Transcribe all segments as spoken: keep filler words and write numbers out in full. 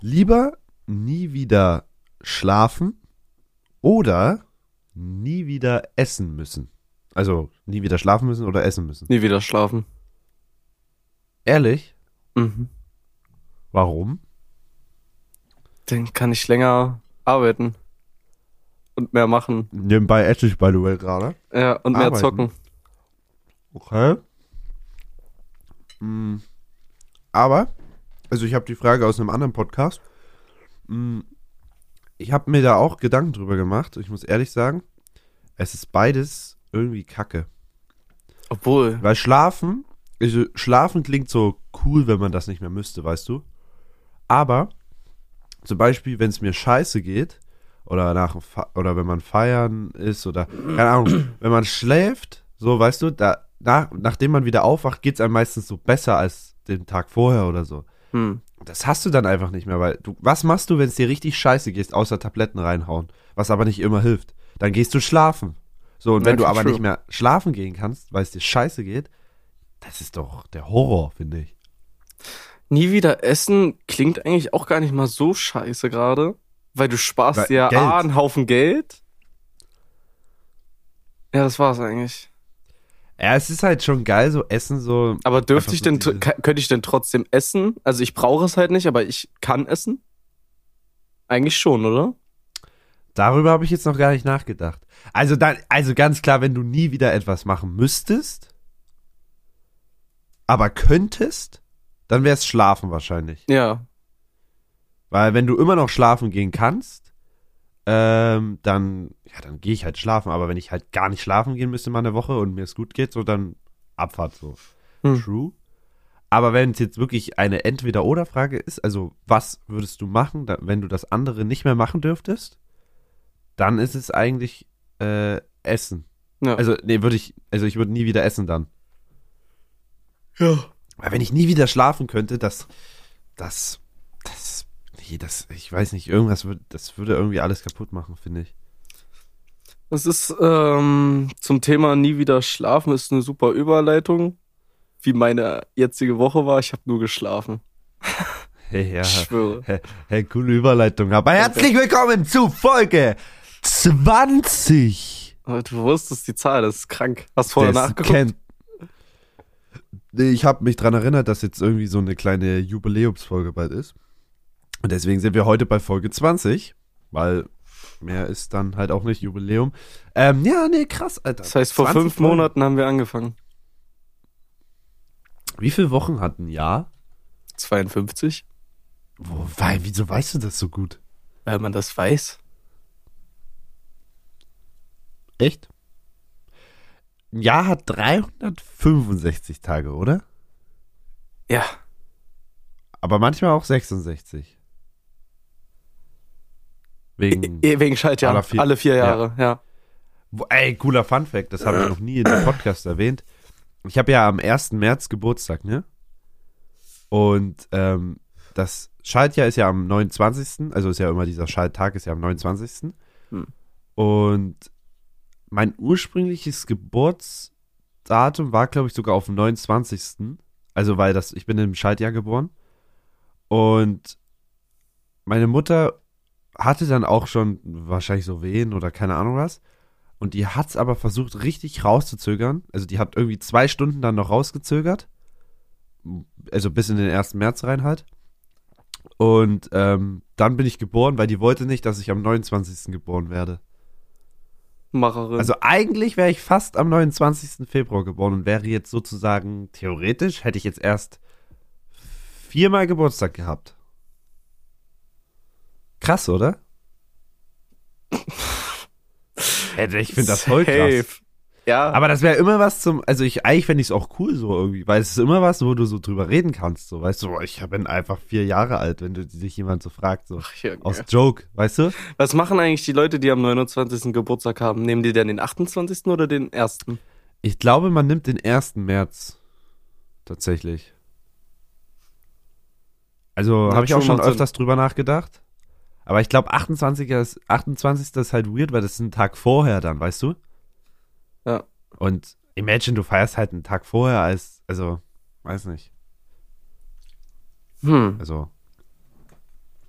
Lieber nie wieder schlafen oder nie wieder essen müssen. Also nie wieder schlafen müssen oder essen müssen. Nie wieder schlafen. Ehrlich? Mhm. Warum? Dann kann ich länger arbeiten. Und mehr machen. Nebenbei esse ich, by the way, gerade. Ja, und mehr Arbeiten. zocken. Okay. Mm, Aber, also ich habe die Frage aus einem anderen Podcast. Mm, Ich habe mir da auch Gedanken drüber gemacht. Ich muss ehrlich sagen, es ist beides irgendwie kacke. Obwohl. Weil schlafen, also schlafen klingt so cool, wenn man das nicht mehr müsste, weißt du? Aber, zum Beispiel, wenn es mir scheiße geht, oder nach dem Fe- oder wenn man feiern ist, oder, keine Ahnung, wenn man schläft, so, weißt du, da, nach, nachdem man wieder aufwacht, geht es einem meistens so besser als den Tag vorher oder so. Hm. Das hast du dann einfach nicht mehr, weil du, was machst du, wenn es dir richtig scheiße geht, außer Tabletten reinhauen, was aber nicht immer hilft? Dann gehst du schlafen. So, und wenn du Okay, aber true. nicht mehr schlafen gehen kannst, weil es dir scheiße geht, das ist doch der Horror, finde ich. Nie wieder essen klingt eigentlich auch gar nicht mal so scheiße gerade. Weil du sparst Weil- dir Geld. A, einen Haufen Geld. Ja, das war's eigentlich. Ja, es ist halt schon geil, so Essen so. Aber dürfte einfach ich so denn, diese- ka- könnte ich denn trotzdem essen? Also ich brauche es halt nicht, aber ich kann essen? Eigentlich schon, oder? Darüber habe ich jetzt noch gar nicht nachgedacht. Also, dann, also ganz klar, wenn du nie wieder etwas machen müsstest, aber könntest, dann wäre es Schlafen wahrscheinlich. Ja. Weil wenn du immer noch schlafen gehen kannst, ähm, dann, ja, dann gehe ich halt schlafen. Aber wenn ich halt gar nicht schlafen gehen müsste mal eine Woche und mir es gut geht, so dann Abfahrt so. Hm. True. Aber wenn es jetzt wirklich eine Entweder-Oder-Frage ist, also was würdest du machen, da, wenn du das andere nicht mehr machen dürftest, dann ist es eigentlich äh, Essen. Ja. Also, nee, würde ich, also ich würde nie wieder essen dann. ja. Weil wenn ich nie wieder schlafen könnte, das, das, das, nee, das, ich weiß nicht, irgendwas würde, das würde irgendwie alles kaputt machen, finde ich. Das ist ähm, zum Thema nie wieder schlafen ist eine super Überleitung. Wie meine jetzige Woche war, ich habe nur geschlafen. Hey, ja, Ich schwöre. hey, hey, coole Überleitung. Aber herzlich willkommen zu Folge zwanzig. Aber du wusstest die Zahl, das ist krank. Hast vorher des nachgeguckt? Ken- Nee, ich habe mich dran erinnert, dass jetzt irgendwie so eine kleine Jubiläumsfolge bald ist. Und deswegen sind wir heute bei Folge zwanzig, weil mehr ist dann halt auch nicht Jubiläum. Ähm, ja, nee, krass, Alter. Das heißt, vor zwanzig fünf Folgen. Monaten haben wir angefangen. Wie viele Wochen hat ein Jahr? zweiundfünfzig? Wo, weil, wieso weißt du das so gut? Weil man das weiß. Echt? Ein Jahr hat dreihundertfünfundsechzig Tage, oder? Ja. Aber manchmal auch sechsundsechzig. Wegen, Eh, Wegen Schaltjahr. Alle vier- Alle vier Jahre, ja. Wo- ey, cooler Funfact, das habe ich noch nie in dem Podcast erwähnt. Ich habe ja am ersten März Geburtstag, ne? Und ähm, das Schaltjahr ist ja am neunundzwanzigsten Also ist ja immer dieser Schalttag, ist ja am neunundzwanzigsten Hm. Und mein ursprüngliches Geburtsdatum war, glaube ich, sogar auf dem neunundzwanzigsten Also weil das, ich bin im Schaltjahr geboren. Und meine Mutter hatte dann auch schon wahrscheinlich so Wehen oder keine Ahnung was. Und die hat es aber versucht, richtig rauszuzögern. Also die hat irgendwie zwei Stunden dann noch rausgezögert. Also bis in den ersten März rein halt. Und ähm, dann bin ich geboren, weil die wollte nicht, dass ich am neunundzwanzigsten geboren werde. Macherin. Also eigentlich wäre ich fast am neunundzwanzigsten Februar geboren und wäre jetzt sozusagen, theoretisch, hätte ich jetzt erst viermal Geburtstag gehabt. Krass, oder? Hätte ich finde das voll krass. Safe. Ja. Aber das wäre immer was zum, also ich, eigentlich fände ich es auch cool so irgendwie, weil es ist immer was, wo du so drüber reden kannst, so, weißt du, boah, ich bin einfach vier Jahre alt, wenn du dich jemand so fragt, so, Ach, Junge. aus Joke, weißt du? Was machen eigentlich die Leute, die am neunundzwanzigsten Geburtstag haben? Nehmen die dann den achtundzwanzigsten oder den ersten? Ich glaube, man nimmt den ersten März, tatsächlich. Also, Ja, habe ich auch schon schon macht Sinn. öfters drüber nachgedacht, aber ich glaube, achtundzwanzigster ist, achtundzwanzigster ist halt weird, weil das ist ein Tag vorher dann, weißt du? Ja. Und imagine, du feierst halt einen Tag vorher als, also, weiß nicht, Hm. also,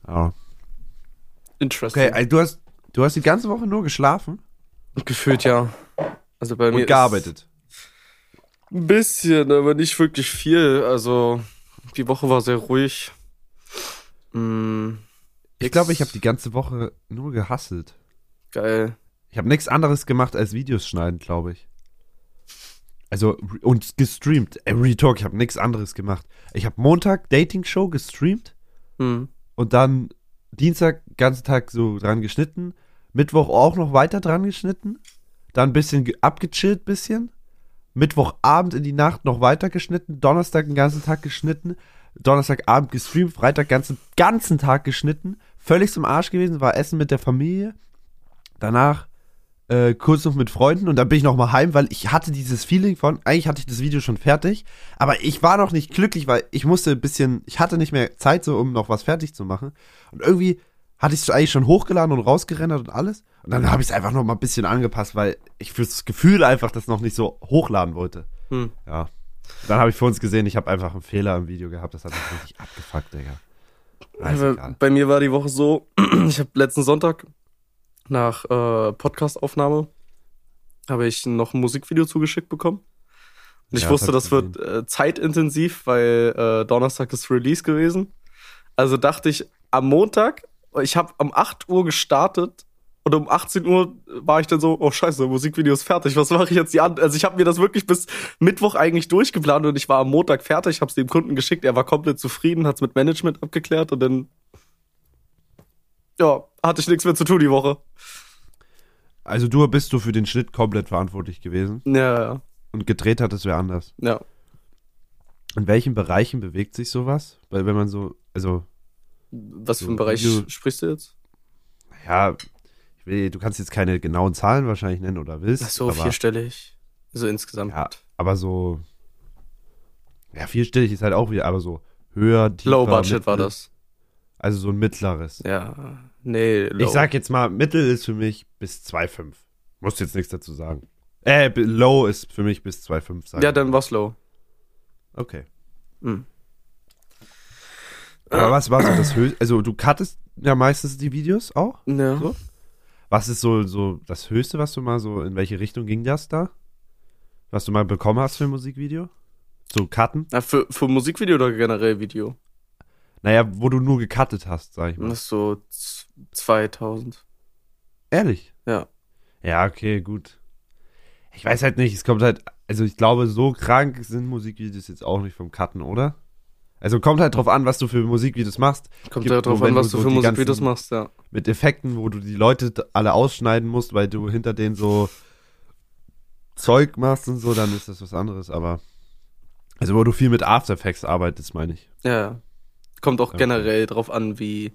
Ja. Interesting. Okay, also du hast, du hast die ganze Woche nur geschlafen Gefühlt ja. Also bei mir und gearbeitet. Ein bisschen, aber nicht wirklich viel. Also die Woche war sehr ruhig. Mm, Ich glaube, ich habe die ganze Woche nur gehasselt. Geil. Ich habe nichts anderes gemacht als Videos schneiden, glaube ich. Also, und gestreamt. Ey, Real Talk, ich habe nichts anderes gemacht. Ich habe Montag Dating-Show gestreamt Hm. und dann Dienstag ganzen Tag so dran geschnitten. Mittwoch auch noch weiter dran geschnitten. Dann ein bisschen ge- abgechillt, bisschen. Mittwochabend in die Nacht noch weiter geschnitten. Donnerstag den ganzen Tag geschnitten. Donnerstagabend gestreamt. Freitag ganzen, ganzen Tag geschnitten. Völlig zum Arsch gewesen. War Essen mit der Familie. Danach äh, kurz noch mit Freunden. Und dann bin ich noch mal heim, weil ich hatte dieses Feeling von, eigentlich hatte ich das Video schon fertig. Aber ich war noch nicht glücklich, weil ich musste ein bisschen, ich hatte nicht mehr Zeit so, um noch was fertig zu machen. Und irgendwie hatte ich es eigentlich schon hochgeladen und rausgerendert und alles. Und dann habe ich es einfach noch mal ein bisschen angepasst, weil ich für das Gefühl einfach das noch nicht so hochladen wollte. Hm. Ja. Dann habe ich für uns gesehen, ich habe einfach einen Fehler im Video gehabt. Das hat mich richtig abgefuckt, Digga. Weiß Aber egal. bei mir war die Woche so, ich habe letzten Sonntag nach äh, Podcast-Aufnahme habe ich noch ein Musikvideo zugeschickt bekommen. Und ich Ja, wusste, das das hab ich wird äh, zeitintensiv, weil äh, Donnerstag ist Release gewesen. Also dachte ich, am Montag, ich habe um acht Uhr gestartet und um achtzehn Uhr war ich dann so, oh scheiße, Musikvideo ist fertig, was mache ich jetzt die an? Also ich habe mir das wirklich bis Mittwoch eigentlich durchgeplant und ich war am Montag fertig, habe es dem Kunden geschickt, er war komplett zufrieden, hat es mit Management abgeklärt und dann ja, hatte ich nichts mehr zu tun die Woche. Also du bist du für den Schnitt komplett verantwortlich gewesen Ja, ja, und gedreht hat es wer anders. ja. In welchen Bereichen bewegt sich sowas? Weil wenn man so, also, Was für So, einen Bereich Video- sprichst du jetzt? ja, ich will, du kannst jetzt keine genauen Zahlen wahrscheinlich nennen oder willst. Ach so, aber, vierstellig. So insgesamt. Ja, aber so, ja, vierstellig ist halt auch wieder, aber so höher, tiefer. Low Budget mittel, war das. Also so ein mittleres. Ja, nee, low. Ich sag jetzt mal, Mittel ist für mich bis zwei Komma fünf. Musst jetzt nichts dazu sagen. Äh, b- Low ist für mich bis zwei Komma fünf sagen. Ja, dann war's low. Okay. Hm. Aber was war so das höchste? Also du cuttest ja meistens die Videos auch. Ja. So? Was ist so, so das Höchste, was du mal so, in welche Richtung ging das da? Was du mal bekommen hast für ein Musikvideo? So cutten? Na, für, für Musikvideo oder generell Video? Naja, wo du nur gecuttet hast, sag ich mal. Das ist so z- zweitausend. Ehrlich? Ja. Ja, okay, gut. Ich weiß halt nicht, es kommt halt, also ich glaube, so krank sind Musikvideos jetzt auch nicht vom Cutten, oder? Also kommt halt drauf an, was du für Musikvideos machst. Kommt Gibt ja drauf nur, wenn an, was du du so für die Musikvideos ganzen- machst, ja. Mit Effekten, wo du die Leute t- alle ausschneiden musst, weil du hinter denen so Zeug machst und so, dann ist das was anderes, aber also wo du viel mit After Effects arbeitest, meine ich. Ja, ja. Kommt auch Okay. generell drauf an, wie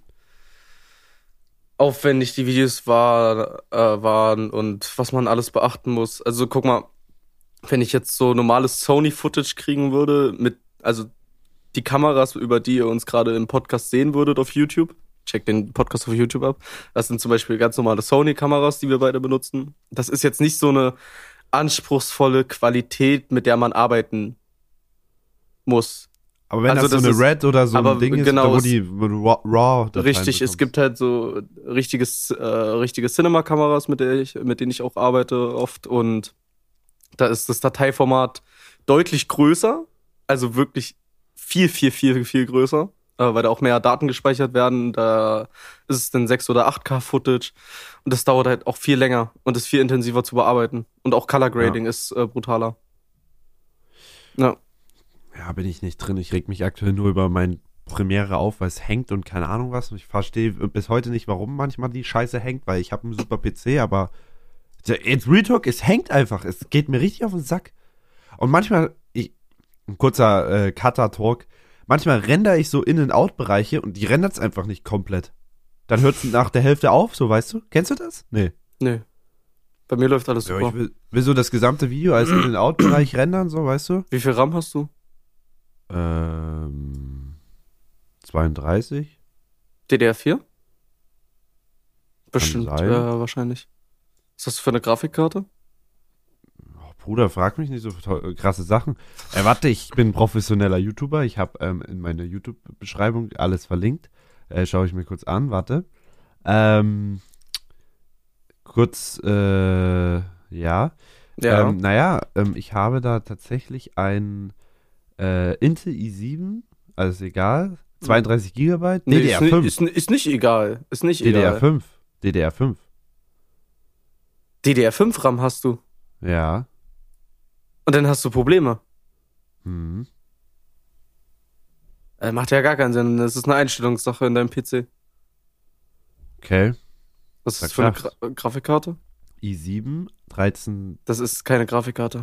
aufwendig die Videos war, äh, waren und was man alles beachten muss. Also guck mal, wenn ich jetzt so normales Sony-Footage kriegen würde, mit, also die Kameras, über die ihr uns gerade im Podcast sehen würdet auf YouTube, checkt den Podcast auf YouTube ab, das sind zum Beispiel ganz normale Sony-Kameras, die wir beide benutzen. Das ist jetzt nicht so eine anspruchsvolle Qualität, mit der man arbeiten muss. Aber wenn Also das so das eine ist- Red oder so aber ein Ding ist, genau, da wo es- die wo du Raw, Raw Dateien Richtig, es bekommst. gibt halt so richtiges, äh, richtige Cinema-Kameras, mit der ich, mit denen ich auch arbeite oft. Und da ist das Dateiformat deutlich größer, also wirklich viel, viel, viel, viel größer, äh, weil da auch mehr Daten gespeichert werden. Da ist es dann sechs oder acht K Footage und das dauert halt auch viel länger und ist viel intensiver zu bearbeiten. Und auch Color Grading ist äh, brutaler. Ja. Ja, bin ich nicht drin. Ich reg mich aktuell nur über mein Premiere auf, weil es hängt und keine Ahnung was. Ich verstehe bis heute nicht, warum manchmal die Scheiße hängt, weil ich habe einen super P C, aber jetzt Real Talk, es hängt einfach. Es geht mir richtig auf den Sack. Und manchmal, ich, ein kurzer äh, Cutter-Talk, manchmal render ich so In-and-Out-Bereiche und die rendert es einfach nicht komplett. Dann hört es nach der Hälfte auf, so weißt du? Kennst du das? Nee. Nee. Bei mir läuft alles Ja, super. ich will, will so das gesamte Video als In-and-Out-Bereich rendern, so weißt du? Wie viel RAM hast du? Ähm, zweiunddreißig? D D R vier? Bestimmt, sein. ja, wahrscheinlich. Was hast du für eine Grafikkarte? Oh, Bruder, frag mich nicht so to- krasse Sachen. Äh, warte, ich bin professioneller YouTuber. Ich habe ähm, in meiner YouTube-Beschreibung alles verlinkt. Äh, schaue ich mir kurz an, warte. Ähm, kurz, äh, ja. Ja. Ähm, naja, ähm, ich habe da tatsächlich ein äh, Intel i sieben, also ist egal, zweiunddreißig Gigabyte, Nee, D D R ist, fünf. Ist, ist nicht egal. Ist nicht D D R egal. fünf. D D R fünf. D D R fünf RAM hast du. Ja. Und dann hast du Probleme. Hm. Äh, macht ja gar keinen Sinn. Das ist eine Einstellungssache in deinem P C. Okay. Was ist das Na für eine klar. Gra Grafikkarte? i sieben, dreizehn. Das ist keine Grafikkarte.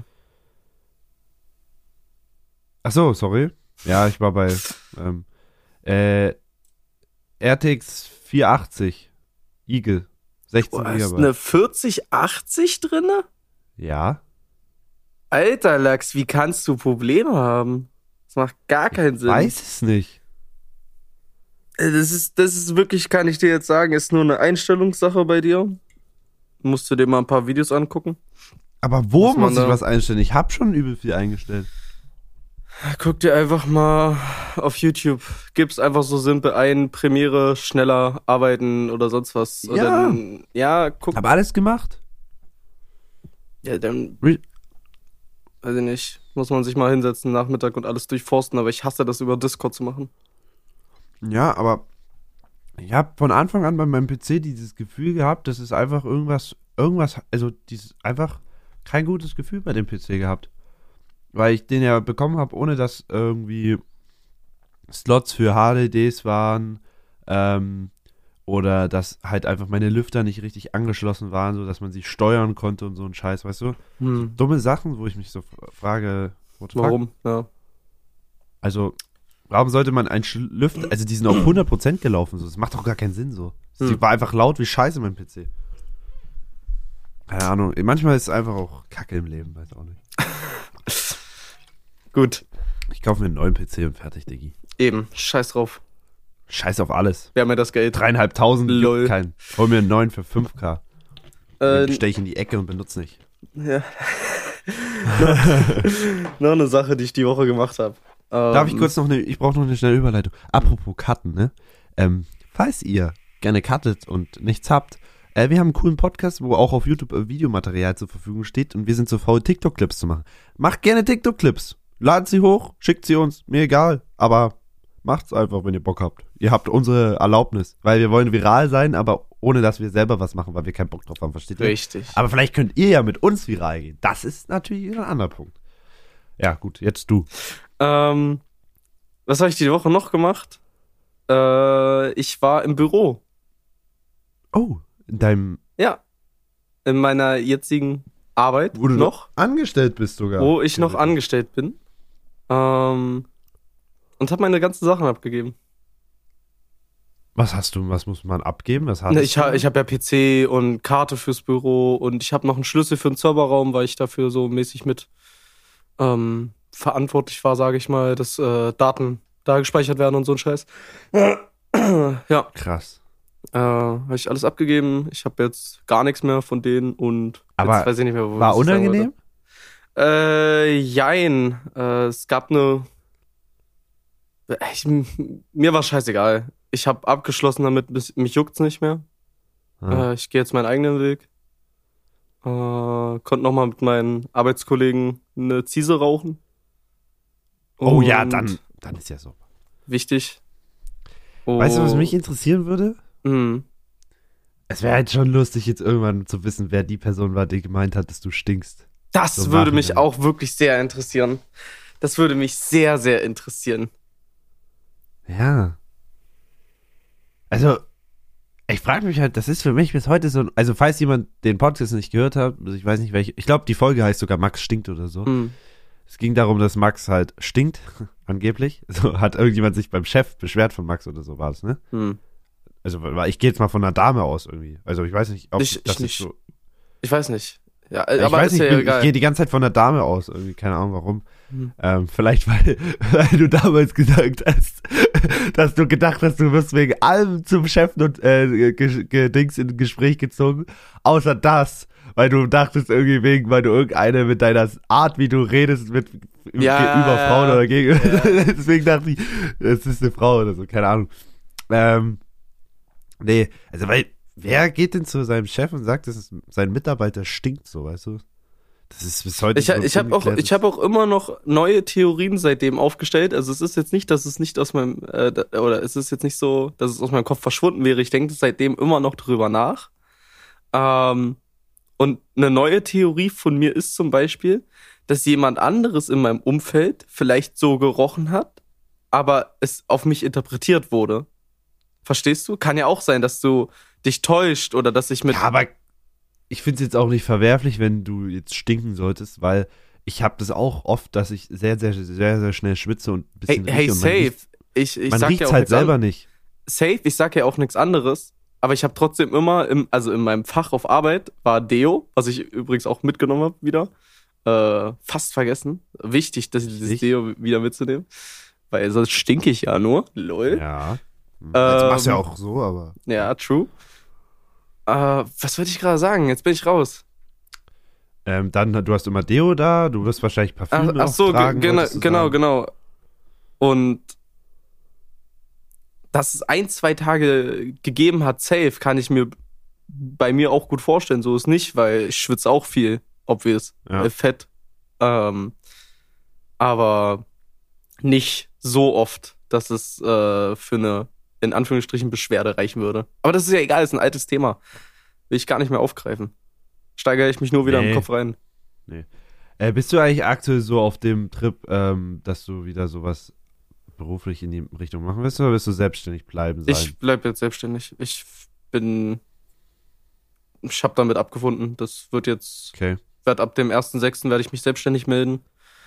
Ach so, sorry. Ja, ich war bei ähm, äh, R T X vierhundertachtzig Eagle, sechzehn Boah, ist Gigabyte. eine vierzig achtzig drinne? Ja, Alter Lachs, wie kannst du Probleme haben? Das macht gar keinen Sinn. weiß es nicht. Äh, Das ist, das ist wirklich, kann ich dir jetzt sagen, ist nur eine Einstellungssache bei dir. Musst du dir mal ein paar Videos angucken. Aber wo Was man muss ich da- was einstellen? Ich habe schon übel viel eingestellt. Guck dir einfach mal auf YouTube. Gib's einfach so simpel ein, Premiere, schneller arbeiten oder sonst was. Und Ja. Dann, ja, guck. Hab alles gemacht. Ja, dann, Re weiß ich nicht, muss man sich mal hinsetzen, Nachmittag und alles durchforsten, aber ich hasse das über Discord zu machen. Ja, aber ich habe von Anfang an bei meinem P C dieses Gefühl gehabt, das ist einfach irgendwas, irgendwas, also dieses einfach kein gutes Gefühl bei dem P C gehabt. Weil ich den ja bekommen habe, ohne dass irgendwie Slots für H D Ds waren, ähm, oder dass halt einfach meine Lüfter nicht richtig angeschlossen waren, so dass man sie steuern konnte und so ein Scheiß, weißt du? Hm. Dumme Sachen, wo ich mich so f- frage, what the fuck? Warum? Ja. Also, warum sollte man einen Sch- Lüfter, also die sind auf hundert Prozent gelaufen, so. Das macht doch gar keinen Sinn, so. Sie Hm. war einfach laut wie Scheiße, mein P C. Keine Ahnung, manchmal ist es einfach auch Kacke im Leben, weiß auch nicht. Gut, Ich kaufe mir einen neuen P C und fertig, Diggi. eben, scheiß drauf. Scheiß auf alles. Wir haben ja das Geld. Dreieinhalbtausend, Lol. juckt keinen. Hol mir einen neuen für fünf K. Äh, Den stelle ich in die Ecke und benutze nicht. ja. Noch eine Sache, die ich die Woche gemacht habe. Darf ich kurz noch eine, ich brauche noch eine schnelle Überleitung. Apropos Cutten, ne? Ähm, falls ihr gerne cuttet und nichts habt, äh, wir haben einen coolen Podcast, wo auch auf YouTube äh, Videomaterial zur Verfügung steht und wir sind so faul, TikTok-Clips zu machen. Macht gerne TikTok-Clips. Ladet sie hoch, schickt sie uns, mir egal, aber macht's einfach, wenn ihr Bock habt. Ihr habt unsere Erlaubnis, weil wir wollen viral sein, aber ohne, dass wir selber was machen, weil wir keinen Bock drauf haben, versteht ihr? Richtig. Aber vielleicht könnt ihr ja mit uns viral gehen. Das ist natürlich ein anderer Punkt. Ja, gut, jetzt du. Ähm, was habe ich die Woche noch gemacht? Äh, ich war im Büro. Oh, in deinem, Ja. In meiner jetzigen Arbeit wo du noch, angestellt bist sogar. wo ich noch angestellt bin. Ähm, und habe meine ganzen Sachen abgegeben. Was hast du, was muss man abgeben? Was Ne, hattest ich ha, du? ich habe ja P C und Karte fürs Büro und ich habe noch einen Schlüssel für den Serverraum, weil ich dafür so mäßig mit ähm, verantwortlich war, sage ich mal, dass äh, Daten da gespeichert werden und so ein Scheiß. Ja, Krass. äh, habe ich alles abgegeben. Ich habe jetzt gar nichts mehr von denen und Aber jetzt weiß ich nicht mehr, wo War was ich sagen unangenehm? wollte. Äh, jein. Äh, es gab eine. Ich, mir war scheißegal. Ich habe abgeschlossen damit, bis, mich juckt's nicht mehr. Ah. Äh, ich gehe jetzt meinen eigenen Weg. Äh, konnte nochmal mit meinen Arbeitskollegen eine Ziese rauchen. Oh ja, Und dann, dann ist ja so. Wichtig. Weißt du, was Oh, mich interessieren würde? mh. Es wäre halt schon lustig, jetzt irgendwann zu wissen, wer die Person war, die gemeint hat, dass du stinkst. Das So würde machen mich wir. auch wirklich sehr interessieren. Das würde mich sehr, sehr interessieren. Ja. Also, ich frage mich halt, das ist für mich bis heute so, also falls jemand den Podcast nicht gehört hat, also ich weiß nicht welche, ich glaube, die Folge heißt sogar Max stinkt oder so. Hm. Es ging darum, dass Max halt stinkt, angeblich. So hat irgendjemand sich beim Chef beschwert von Max oder so war es, ne? Hm. Also, weil ich gehe jetzt mal von einer Dame aus irgendwie. Also, ich weiß nicht, ob Ich- das ich ist nicht. so. Ich weiß nicht. Ja, äh, Ich aber weiß ist nicht, ja ich, bin- egal. ich gehe die ganze Zeit von einer Dame aus, irgendwie, keine Ahnung warum. Hm. Ähm, vielleicht, weil, weil du damals gesagt hast, dass du gedacht hast, du wirst wegen allem zum Chef und äh, ge- ge- Dings in ein Gespräch gezogen, außer das, weil du dachtest irgendwie wegen, weil du irgendeine mit deiner Art, wie du redest, mit Ja, gegenüber Frauen oder gegen, ja. deswegen dachte ich, es ist eine Frau oder so, keine Ahnung. Ähm, nee, also weil, wer geht denn zu seinem Chef und sagt, dass es, sein Mitarbeiter stinkt so, weißt du? Das ist bis heute Ich, so ich habe auch, ich hab auch immer noch neue Theorien seitdem aufgestellt. Also es ist jetzt nicht, dass es nicht aus meinem, äh, oder es ist jetzt nicht so, dass es aus meinem Kopf verschwunden wäre. Ich denke seitdem immer noch drüber nach. Ähm, und eine neue Theorie von mir ist zum Beispiel, dass jemand anderes in meinem Umfeld vielleicht so gerochen hat, aber es auf mich interpretiert wurde. Verstehst du? Kann ja auch sein, dass du dich täuscht oder dass ich mit... Ja, aber ich finde es jetzt auch nicht verwerflich, wenn du jetzt stinken solltest, weil ich habe das auch oft, dass ich sehr, sehr, sehr, sehr schnell schwitze und ein bisschen Hey, hey, rieche und safe. man riecht, Ich, ich man sag riecht's ja auch halt nichts selber an- nicht. Safe, ich sag ja auch nichts anderes, aber ich habe trotzdem immer, im, also in meinem Fach auf Arbeit war Deo, was ich übrigens auch mitgenommen habe wieder. Äh, fast vergessen. Wichtig, dass ich dieses Ich? Deo wieder mitzunehmen. Weil sonst stinke ich ja nur. Lol. Ja. Das machst du ja Ähm, auch so, aber. Ja, true. Äh, was wollte ich gerade sagen? Jetzt bin ich raus. Ähm, dann, du hast immer Deo da, du wirst wahrscheinlich Ach, Parfüm ach so, auch tragen, ge- genau, wolltest du genau, sagen. genau. Und dass es ein, zwei Tage gegeben hat, safe, kann ich mir bei mir auch gut vorstellen. So ist nicht, weil ich schwitze auch viel, obvious, Ja. äh, fett. Ähm, aber nicht so oft, dass es äh, für eine, in Anführungsstrichen, Beschwerde reichen würde. Aber das ist ja egal, ist ein altes Thema. Will ich gar nicht mehr aufgreifen. Steigere ich mich nur wieder Nee. im Kopf rein. Äh, bist du eigentlich aktuell so auf dem Trip, ähm, dass du wieder sowas beruflich in die Richtung machen willst, oder willst du selbstständig bleiben sein? Ich bleib jetzt selbstständig. Ich bin. Ich habe damit abgefunden. Das wird jetzt. Okay. Werd ab dem ersten sechsten werde ich mich selbstständig melden.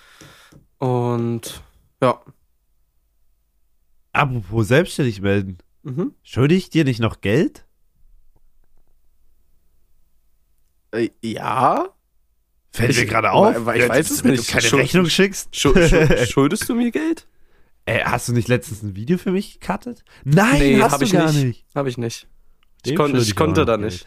Und ja. Apropos selbstständig melden. Mhm. Schulde ich dir nicht noch Geld? Äh, ja. Fällt Ich- mir gerade auf. weil- weil ich Ja, weiß dass es du mir nicht. keine Schuld- Rechnung schickst? Schu schu schuldest du mir Geld? Ey, hast du nicht letztens ein Video für mich gecuttet? Nein, Nee, hast hab du ich gar nicht. nicht. Habe ich nicht. Ich, Dem kon schulde ich ich konnte auch da noch nicht.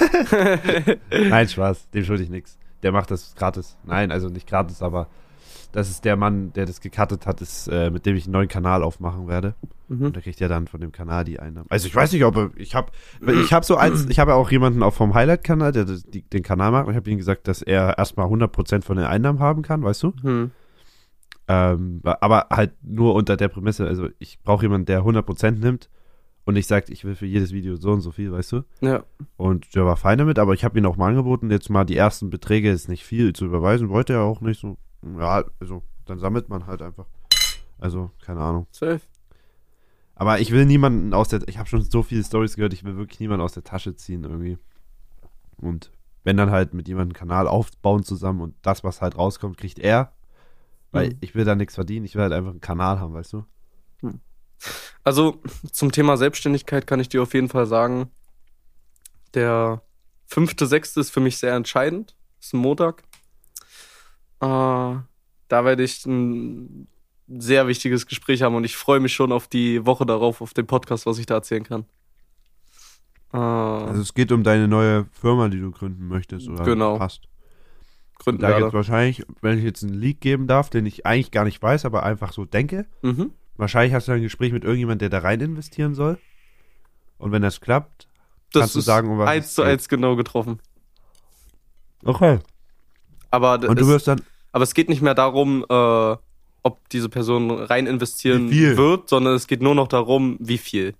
Nein, Spaß. Dem schulde ich nichts. Der macht das gratis. Nein, also nicht gratis, aber das ist der Mann, der das gecuttet hat, ist, äh, mit dem ich einen neuen Kanal aufmachen werde. Mhm. Und da kriegt er dann von dem Kanal die Einnahmen. Also ich weiß nicht, ob er, ich habe ich habe so eins, ich habe ja auch jemanden auch vom Highlight-Kanal, der das, die, den Kanal macht. Und ich habe ihm gesagt, dass er erstmal hundert Prozent von den Einnahmen haben kann, weißt du? Hm. Ähm, aber halt nur unter der Prämisse. Also ich brauche jemanden, der hundert Prozent nimmt und nicht sagt, ich will für jedes Video so und so viel, weißt du? Ja. Und der war fein damit, aber ich habe ihm auch mal angeboten, jetzt mal die ersten Beträge, ist nicht viel zu überweisen, wollte er auch nicht so. Ja, also dann sammelt man halt einfach. Also, keine Ahnung. Safe. Aber ich will niemanden aus der, ich habe schon so viele Stories gehört, ich will wirklich niemanden aus der Tasche ziehen irgendwie. Und wenn dann halt mit jemandem einen Kanal aufbauen zusammen und das, was halt rauskommt, kriegt er. Weil Mhm. ich will da nichts verdienen, ich will halt einfach einen Kanal haben, weißt du? Also zum Thema Selbstständigkeit kann ich dir auf jeden Fall sagen, der fünfte, sechste ist für mich sehr entscheidend. Ist ein Montag. Äh, da werde ich ein sehr wichtiges Gespräch haben und ich freue mich schon auf die Woche darauf, auf den Podcast, was ich da erzählen kann. Äh, Also es geht um deine neue Firma, die du gründen möchtest oder Genau. hast. gründen Da gibt es werde. wahrscheinlich, wenn ich jetzt einen Leak geben darf, den ich eigentlich gar nicht weiß, aber einfach so denke, Mhm. wahrscheinlich hast du ein Gespräch mit irgendjemandem, der da rein investieren soll. Und wenn das klappt, Das kannst du ist sagen, um was eins es zu geht. eins genau getroffen. Okay. Aber, d- Und du es, wirst dann, aber es geht nicht mehr darum, äh, ob diese Person rein investieren Wie viel? wird, sondern es geht nur noch darum, wie viel.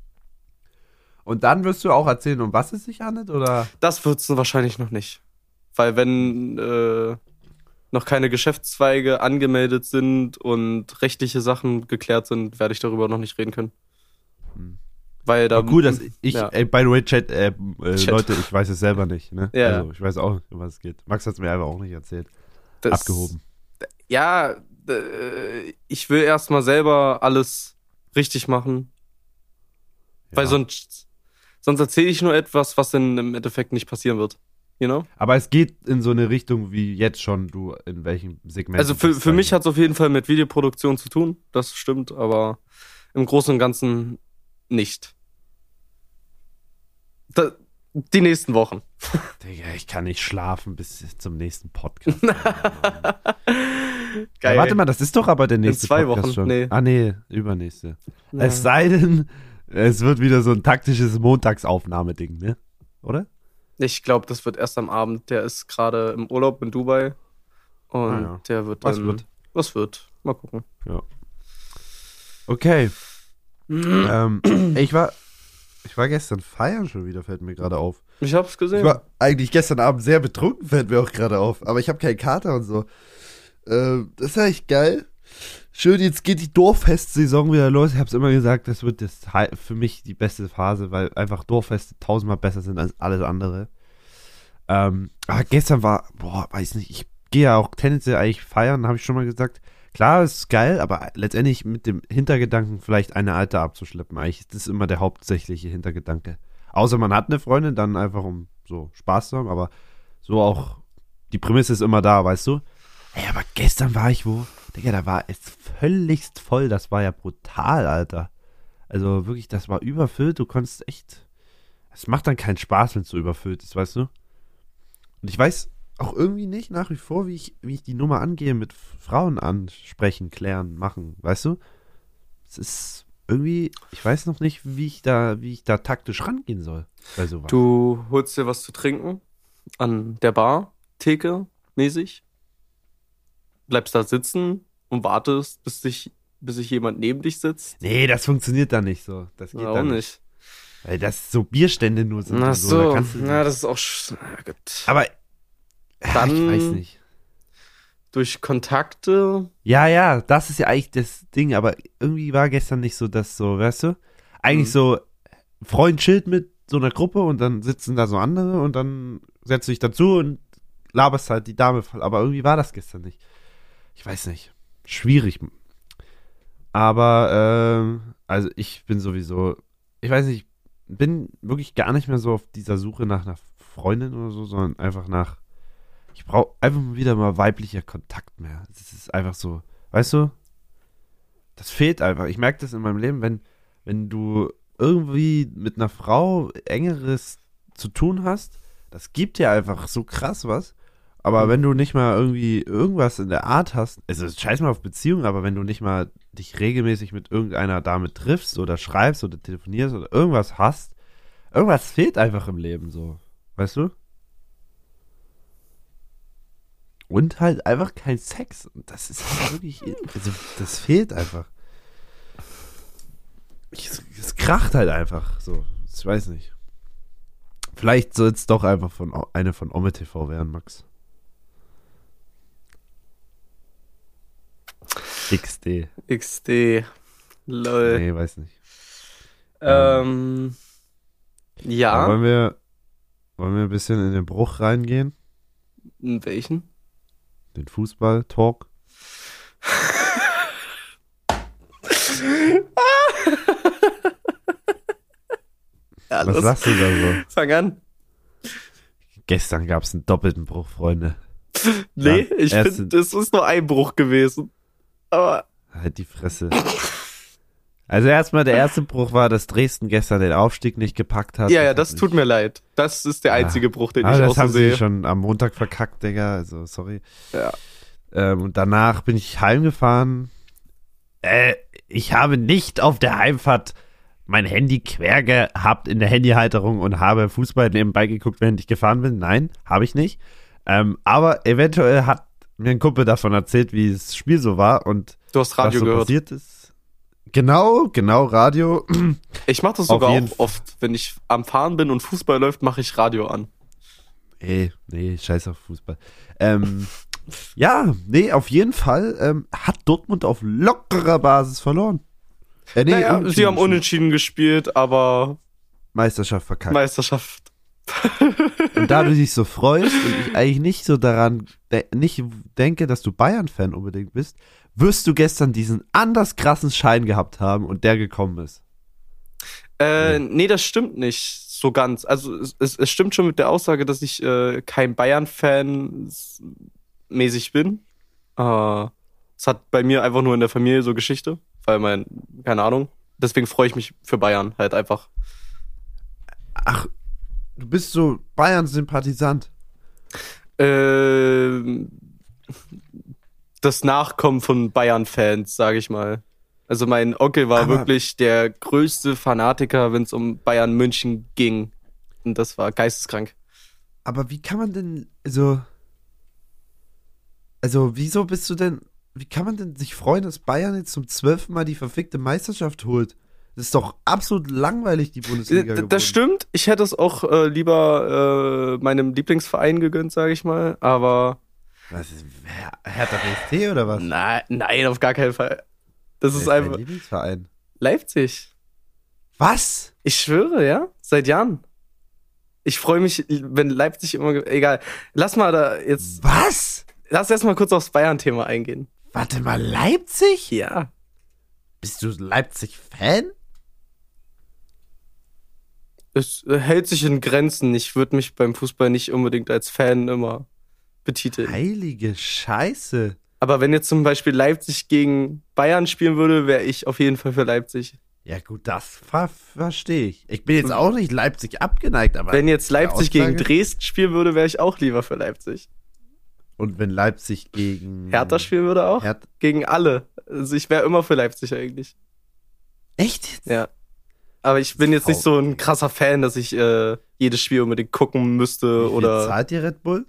und dann wirst du auch erzählen, um was es sich handelt, oder? Das wird's wahrscheinlich noch nicht. Weil wenn äh, noch keine Geschäftszweige angemeldet sind und rechtliche Sachen geklärt sind, werde ich darüber noch nicht reden können. Hm. Weil da Aber cool, dass ich, ja. ey, by the way, Chat, äh, äh, Chat. Leute, ich weiß es selber nicht, ne? Ja. Also, ich weiß auch, um was es geht. Max hat es mir einfach auch nicht erzählt. das, Abgehoben. Ja, äh, ich will erstmal selber alles richtig machen, Ja. weil sonst, sonst erzähle ich nur etwas, was dann im Endeffekt nicht passieren wird. You know? Aber es geht in so eine Richtung, wie jetzt schon du, in welchem Segment. Also für, für mich hat es auf jeden Fall mit Videoproduktion zu tun, das stimmt, aber im Großen und Ganzen nicht. Da, die nächsten Wochen. Digga, ich kann nicht schlafen bis zum nächsten Podcast. Geil. Ja, warte mal, das ist doch aber der nächste zwei Podcast Wochen, schon. nee. Ah, nee, übernächste. Ja. Es sei denn, Es wird wieder so ein taktisches Montagsaufnahmeding, ne? Oder? Ich glaube, das wird erst am Abend. Der ist gerade im Urlaub in Dubai. Und Ah, ja. der wird Was dann. wird? Was wird? Mal gucken. Ja. Okay. ähm, ich war ich war gestern feiern schon wieder, fällt mir gerade auf. Ich hab's gesehen. Ich war eigentlich gestern Abend sehr betrunken, fällt mir auch gerade auf. Aber ich habe keinen Kater und so. Ähm, das ist echt geil. Schön, jetzt geht die Dorffest-Saison wieder los. Ich habe es immer gesagt, das wird das für mich die beste Phase, weil einfach Dorffeste tausendmal besser sind als alles andere. Ähm, aber gestern war, boah, weiß nicht, ich gehe ja auch tendenziell eigentlich feiern, habe ich schon mal gesagt. Klar, es ist geil, aber letztendlich mit dem Hintergedanken, vielleicht eine Alte abzuschleppen. Eigentlich ist das immer der hauptsächliche Hintergedanke. Außer man hat eine Freundin, dann einfach um so Spaß zu haben, aber so auch, die Prämisse ist immer da, weißt du? Ey, aber gestern war ich wo? Digga, da war es völligst voll, das war ja brutal, Alter. Also wirklich, das war überfüllt, du konntest echt, es macht dann keinen Spaß, wenn es so überfüllt ist, weißt du? Und ich weiß auch irgendwie nicht nach wie vor, wie ich, wie ich die Nummer angehe, mit Frauen ansprechen, klären, machen, weißt du? Es ist irgendwie, ich weiß noch nicht, wie ich da, wie ich da taktisch rangehen soll bei sowas. Du holst dir was zu trinken an der Bar, Theke, mäßig. Bleibst da sitzen und wartest, bis sich, bis sich jemand neben dich sitzt. Nee, das funktioniert dann nicht so. Das geht Ja, auch dann nicht. nicht. Weil das so Bierstände nur sind. Ach und so, da so, kannst du na, das ist auch. sch- Na gut. aber ja, Dann- ich weiß nicht. Durch Kontakte. Ja, ja, das ist ja eigentlich das Ding, aber irgendwie war gestern nicht so das so, weißt du? Eigentlich Mhm. so, Freund chillt mit so einer Gruppe und dann sitzen da so andere und dann setzt du dich dazu und laberst halt die Dame voll. Aber irgendwie war das gestern nicht. Ich weiß nicht. Schwierig. Aber, ähm, also ich bin sowieso, ich weiß nicht, bin wirklich gar nicht mehr so auf dieser Suche nach einer Freundin oder so, sondern einfach nach, ich brauche einfach mal wieder mal weiblicher Kontakt mehr. Das ist einfach so, weißt du, das fehlt einfach. Ich merke das in meinem Leben, wenn, wenn du irgendwie mit einer Frau engeres zu tun hast, das gibt dir einfach so krass was. Aber wenn du nicht mal irgendwie irgendwas in der Art hast, also scheiß mal auf Beziehungen, aber wenn du nicht mal dich regelmäßig mit irgendeiner Dame triffst oder schreibst oder telefonierst oder irgendwas hast, irgendwas fehlt einfach im Leben so, weißt du? Und halt einfach kein Sex. Und das ist halt wirklich, also das fehlt einfach. Ich, es kracht halt einfach so. Ich weiß nicht. Vielleicht soll es doch einfach von eine von Ome T V werden, Max. X D. X D. Lol. Nee, weiß nicht. Ähm. Aber Ja. wollen wir, wollen wir ein bisschen in den Bruch reingehen? In welchen? Den Fußball-Talk? Ja, Was los. sagst du da so? Fang an. Gestern gab es einen doppelten Bruch, Freunde. Nee, Ja, ich erst finde, es ist nur ein Bruch gewesen. Aber. Halt die Fresse. Also erstmal, der erste Bruch war, dass Dresden gestern den Aufstieg nicht gepackt hat. Ja, ja, hat das mich- tut mir leid. Das ist der Ja. einzige Bruch, den Aber ich das auch so haben sie sehe. schon am Montag verkackt, Digga. Also, sorry. Ja. Ähm, und danach bin ich heimgefahren. Äh, ich habe nicht auf der Heimfahrt mein Handy quer gehabt in der Handyhalterung und habe Fußball nebenbei geguckt, während ich gefahren bin. Nein, habe ich nicht. Ähm, aber eventuell hat mir ein Kumpel davon erzählt, wie das Spiel so war und Du hast Radio was so gehört. passiert ist. Genau, genau, Radio. Ich mache das Auf sogar jeden auch oft. Wenn ich am Fahren bin und Fußball läuft, mache ich Radio an. Ey, nee, scheiß auf Fußball. Ähm, ja, nee, auf jeden Fall ähm, hat Dortmund auf lockerer Basis verloren. Äh, nee, naja, unentschieden sie haben gespielt. unentschieden gespielt, aber Meisterschaft verkackt. Meisterschaft. Und da du dich so freust und ich eigentlich nicht so daran de nicht denke, dass du Bayern-Fan unbedingt bist, wirst du gestern diesen anders krassen Schein gehabt haben und der gekommen ist. Äh, nee, das stimmt nicht so ganz. Also es, es, es stimmt schon mit der Aussage, dass ich äh, kein Bayern-Fan s- mäßig bin. Äh, es hat bei mir einfach nur in der Familie so Geschichte, weil mein, keine Ahnung. Deswegen freue ich mich für Bayern halt einfach. Ach, du bist so Bayern-Sympathisant. Ähm, das Nachkommen von Bayern-Fans, sage ich mal. Also mein Onkel war Aber- wirklich der größte Fanatiker, wenn es um Bayern München ging. Und das war geisteskrank. Aber wie kann man denn, also, also wieso bist du denn, wie kann man denn sich freuen, dass Bayern jetzt zum zwölften Mal die verfickte Meisterschaft holt? Das ist doch absolut langweilig, die Bundesliga D- geworden. Das stimmt. Ich hätte es auch äh, lieber äh, meinem Lieblingsverein gegönnt, sage ich mal. Aber Was ist, Her- Hertha B S C oder was? nein, nein, auf gar keinen Fall. Das Wer ist dein einfach Lieblingsverein. Leipzig. Was? Ich schwöre, ja, seit Jahren. Ich freue mich, wenn Leipzig immer. ge- Egal. Lass mal da jetzt. Was? Lass erst mal kurz aufs Bayern-Thema eingehen. Warte mal, Leipzig? Ja. Bist du Leipzig-Fan? Es äh, hält sich in Grenzen. Ich würde mich beim Fußball nicht unbedingt als Fan immer betiteln. Heilige Scheiße. Aber wenn jetzt zum Beispiel Leipzig gegen Bayern spielen würde, wäre ich auf jeden Fall für Leipzig. Ja gut, das ver verstehe ich. Ich bin jetzt auch nicht Leipzig abgeneigt, aber... Wenn jetzt Leipzig die Aussage- gegen Dresden spielen würde, wäre ich auch lieber für Leipzig. Und wenn Leipzig gegen... Hertha spielen würde auch? Hertha- Gegen alle. Also ich wäre immer für Leipzig eigentlich. Echt jetzt? Ja. Aber ich bin jetzt nicht so ein Okay. krasser Fan, dass ich äh, jedes Spiel unbedingt gucken müsste Wie viel oder. zahlt dir Red Bull?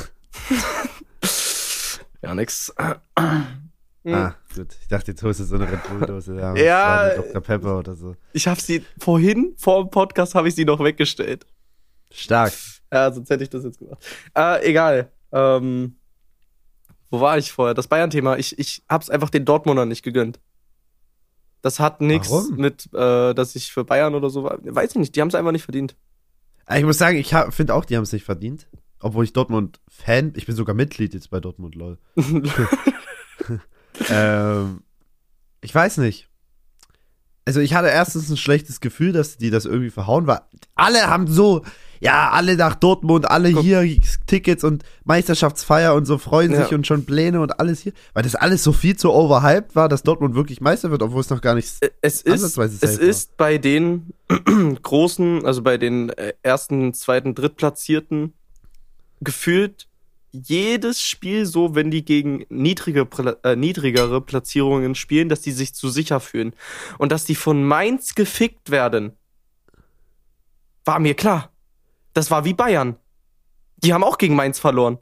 Ja, nix. Ah, gut. Ich dachte, jetzt holst du so eine Red Bull-Dose. Ja, Ja. das war eine Doktor Pepper oder so. Ich habe sie vorhin, vor dem Podcast, habe ich sie noch weggestellt. Stark. Ja, sonst hätte ich das jetzt gemacht. Äh, egal. Ähm, wo war ich vorher? Das Bayern-Thema. Ich, ich hab's einfach den Dortmundern nicht gegönnt. Das hat nichts Warum? mit, äh, dass ich für Bayern oder so war. Weiß ich nicht, die haben es einfach nicht verdient. Ich muss sagen, ich finde auch, die haben es nicht verdient. Obwohl ich Dortmund-Fan, ich bin sogar Mitglied jetzt bei Dortmund, lol. ähm, ich weiß nicht. Also ich hatte erstens ein schlechtes Gefühl, dass die das irgendwie verhauen war. Alle haben so, ja, alle nach Dortmund, alle Guck. hier Tickets und Meisterschaftsfeier und so freuen Ja. sich und schon Pläne und alles hier. Weil das alles so viel zu overhyped war, dass Dortmund wirklich Meister wird, obwohl es noch gar nicht... Es ist, Ansatzweise es safe war. ist bei den großen, also bei den äh, ersten, zweiten, drittplatzierten gefühlt jedes Spiel so, wenn die gegen niedrige, Pla- äh, niedrigere Platzierungen spielen, dass die sich zu sicher fühlen. Und dass die von Mainz gefickt werden, war mir klar. Das war wie Bayern. Die haben auch gegen Mainz verloren.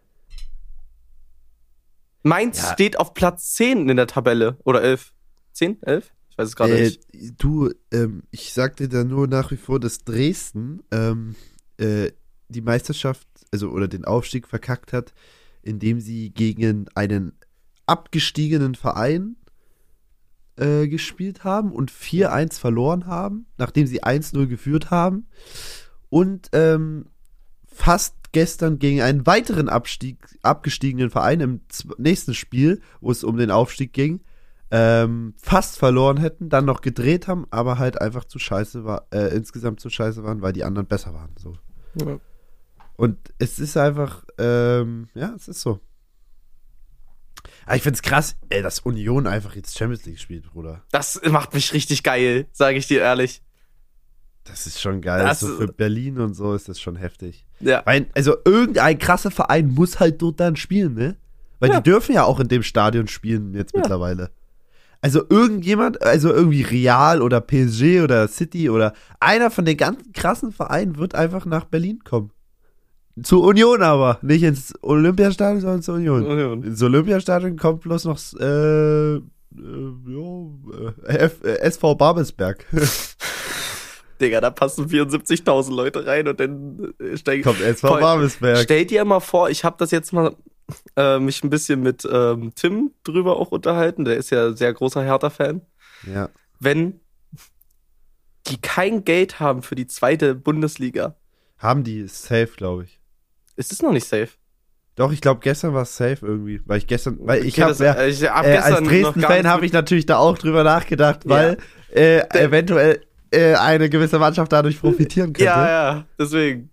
Mainz Ja. steht auf Platz zehn in der Tabelle. Oder elf. zehn? elf? Ich weiß es gerade Äh, nicht. du, ähm, ich sagte da nur nach wie vor, dass Dresden ähm, äh, die Meisterschaft, also oder den Aufstieg verkackt hat, indem sie gegen einen abgestiegenen Verein äh, gespielt haben und vier eins verloren haben, nachdem sie eins null geführt haben und ähm, fast gestern gegen einen weiteren Abstieg, abgestiegenen Verein im z- nächsten Spiel, wo es um den Aufstieg ging, ähm, fast verloren hätten, dann noch gedreht haben, aber halt einfach zu scheiße war, äh, insgesamt zu scheiße waren, weil die anderen besser waren. So. Ja. Und es ist einfach, ähm, ja, es ist so. Aber ich find's krass, ey, dass Union einfach jetzt Champions League spielt, Bruder. Das macht mich richtig geil, sage ich dir ehrlich. Das ist schon geil. Das- so für Berlin und so ist das schon heftig. Ja. Weil, also irgendein krasser Verein muss halt dort dann spielen, ne? Weil Ja. die dürfen ja auch in dem Stadion spielen jetzt Ja. mittlerweile. Also irgendjemand, also irgendwie Real oder P S G oder City oder einer von den ganzen krassen Vereinen wird einfach nach Berlin kommen. Zur Union aber, nicht ins Olympiastadion, sondern zur Union. Union. Ins Olympiastadion kommt bloß noch äh, äh, jo, äh, F, äh, S V Babelsberg. Digga, da passen vierundsiebzigtausend Leute rein und dann äh, steigen. kommt S V Voll. Babelsberg. Stell dir mal vor, ich habe das jetzt mal äh, mich ein bisschen mit ähm, Tim drüber auch unterhalten. Der ist ja sehr großer Hertha-Fan. Ja. Wenn die kein Geld haben für die zweite Bundesliga, Haben die safe, glaube ich. ist es noch nicht safe. Doch, ich glaube, gestern war es safe irgendwie. Weil ich gestern, weil ich Okay, habe das- ja, äh, ich hab äh, gestern als noch gar Dresden-Fan nicht habe ich natürlich da auch drüber nachgedacht, weil äh, eventuell äh, eine gewisse Mannschaft dadurch profitieren könnte. Ja, ja, deswegen.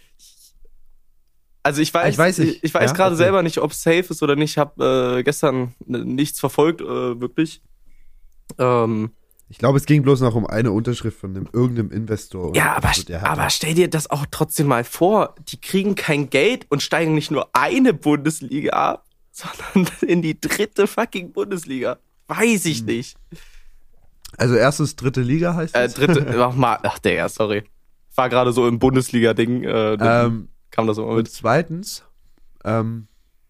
Also ich weiß, Ich weiß nicht. ich, ich weiß Ja, gerade erzähl. selber nicht, ob es safe ist oder nicht. Ich habe äh, gestern n- nichts verfolgt, äh, wirklich. Ähm, Ich glaube, es ging bloß noch um eine Unterschrift von einem, irgendeinem Investor. Und ja, aber, das wird der Hertha. aber stell dir das auch trotzdem mal vor. Die kriegen kein Geld und steigen nicht nur eine Bundesliga ab, sondern in die dritte fucking Bundesliga. Weiß ich Hm. nicht. Also erstes dritte Liga heißt Äh, das? dritte, ach, mal, ach, Digga, sorry. War gerade so im Bundesliga-Ding, äh, dann ähm, kam das immer und mit. zweitens, ähm,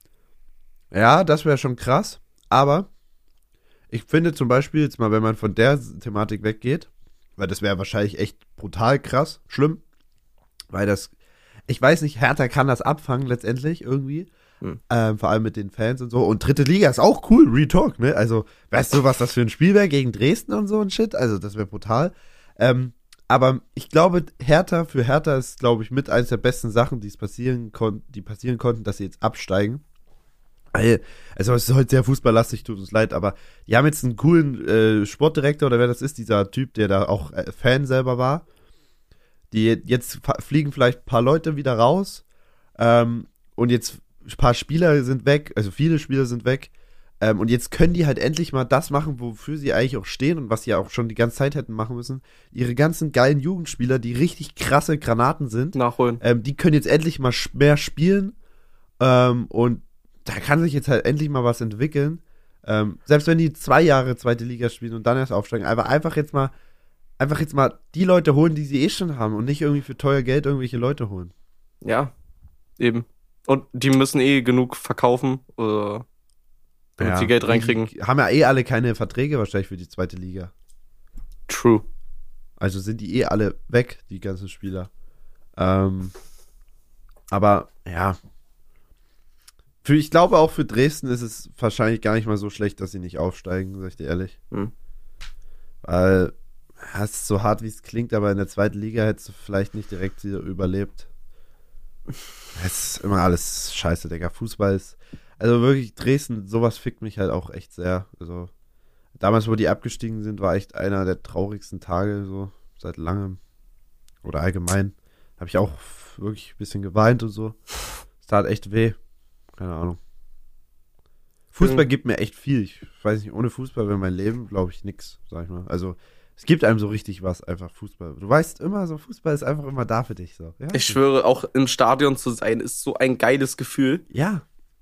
ja, das wäre schon krass, aber ich finde zum Beispiel, jetzt mal, wenn man von der Thematik weggeht, weil das wäre wahrscheinlich echt brutal krass, schlimm, weil das, ich weiß nicht, Hertha kann das abfangen letztendlich irgendwie, Hm. ähm, vor allem mit den Fans und so, und dritte Liga ist auch cool, Retalk, ne, also, weißt du, was das für ein Spiel wäre gegen Dresden und so ein Shit, also das wäre brutal, ähm, aber ich glaube, Hertha, für Hertha ist, glaube ich, mit eines der besten Sachen, die es passieren konnten, die passieren konnten, dass sie jetzt absteigen. Weil, also es ist heute sehr fußballlastig, tut uns leid, aber die haben jetzt einen coolen äh, Sportdirektor oder wer das ist, dieser Typ, der da auch äh, Fan selber war. Die jetzt fa- fliegen vielleicht ein paar Leute wieder raus ähm, und jetzt ein paar Spieler sind weg, also viele Spieler sind weg ähm, und jetzt können die halt endlich mal das machen, wofür sie eigentlich auch stehen und was sie auch schon die ganze Zeit hätten machen müssen. Ihre ganzen geilen Jugendspieler, die richtig krasse Granaten sind, Nachholen. ähm, die können jetzt endlich mal sch- mehr spielen ähm, und da kann sich jetzt halt endlich mal was entwickeln. Ähm, selbst wenn die zwei Jahre zweite Liga spielen und dann erst aufsteigen, aber einfach jetzt mal, einfach jetzt mal die Leute holen, die sie eh schon haben und nicht irgendwie für teuer Geld irgendwelche Leute holen. Ja, eben. Und die müssen eh genug verkaufen, äh, damit sie Geld reinkriegen. Die haben ja eh alle keine Verträge wahrscheinlich für die zweite Liga. True. Also sind die eh alle weg, die ganzen Spieler. Ähm, aber ja. Für, ich glaube auch für Dresden ist es wahrscheinlich gar nicht mal so schlecht, dass sie nicht aufsteigen, sag ich dir ehrlich. Hm. Weil, ja, es ist so hart, wie es klingt, aber in der zweiten Liga hättest du vielleicht nicht direkt wieder überlebt. Es ist immer alles scheiße, Digga. Fußball ist, also wirklich, Dresden, sowas fickt mich halt auch echt sehr. Also, damals, wo die abgestiegen sind, war echt einer der traurigsten Tage, so, seit langem. Oder allgemein. Habe ich auch wirklich ein bisschen geweint und so. Es tat echt weh. Keine Ahnung. Fußball Mhm. gibt mir echt viel. Ich weiß nicht, ohne Fußball wäre mein Leben, glaube ich, nix, sag ich mal. Also, es gibt einem so richtig was, einfach Fußball. Du weißt immer so, Fußball ist einfach immer da für dich, so. Ja, Ich schwöre, auch im Stadion zu sein, ist so ein geiles Gefühl. Ja.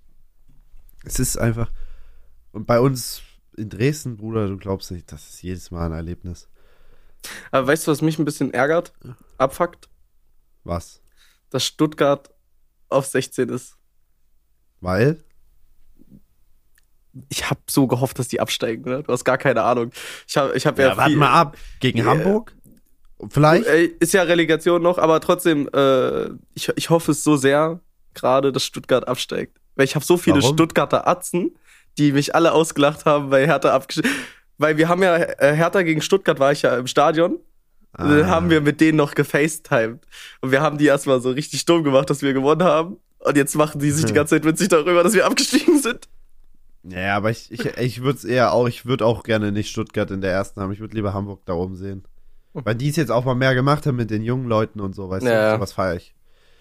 Es ist einfach. Und bei uns in Dresden, Bruder, du glaubst nicht, das ist jedes Mal ein Erlebnis. Aber weißt du, was mich ein bisschen ärgert? Abfuckt? Was? Dass Stuttgart auf sechzehn ist. Weil? Ich habe so gehofft, dass die absteigen, ne? Du hast gar keine Ahnung. Ich habe ich hab ja, Ja, warte viel, mal ab. Gegen Ja. Hamburg? Vielleicht? Äh, Ist ja Relegation noch, aber trotzdem, äh, ich, ich hoffe es so sehr, gerade, dass Stuttgart absteigt. Weil ich habe so viele Warum? Stuttgarter Atzen, die mich alle ausgelacht haben, weil Hertha abgestiegen. Weil wir haben ja, äh, Hertha gegen Stuttgart war ich ja im Stadion. Und dann Ah. haben wir mit denen noch gefacetimed. Und wir haben die erstmal so richtig dumm gemacht, dass wir gewonnen haben. Und jetzt machen die sich die ganze Zeit witzig darüber, dass wir abgestiegen sind. Ja, aber ich, ich, ich würde es eher auch, ich würde auch gerne nicht Stuttgart in der ersten haben. Ich würde lieber Hamburg da oben sehen. Weil die es jetzt auch mal mehr gemacht haben mit den jungen Leuten und so, weißt Ja. du? Sowas feiere ich.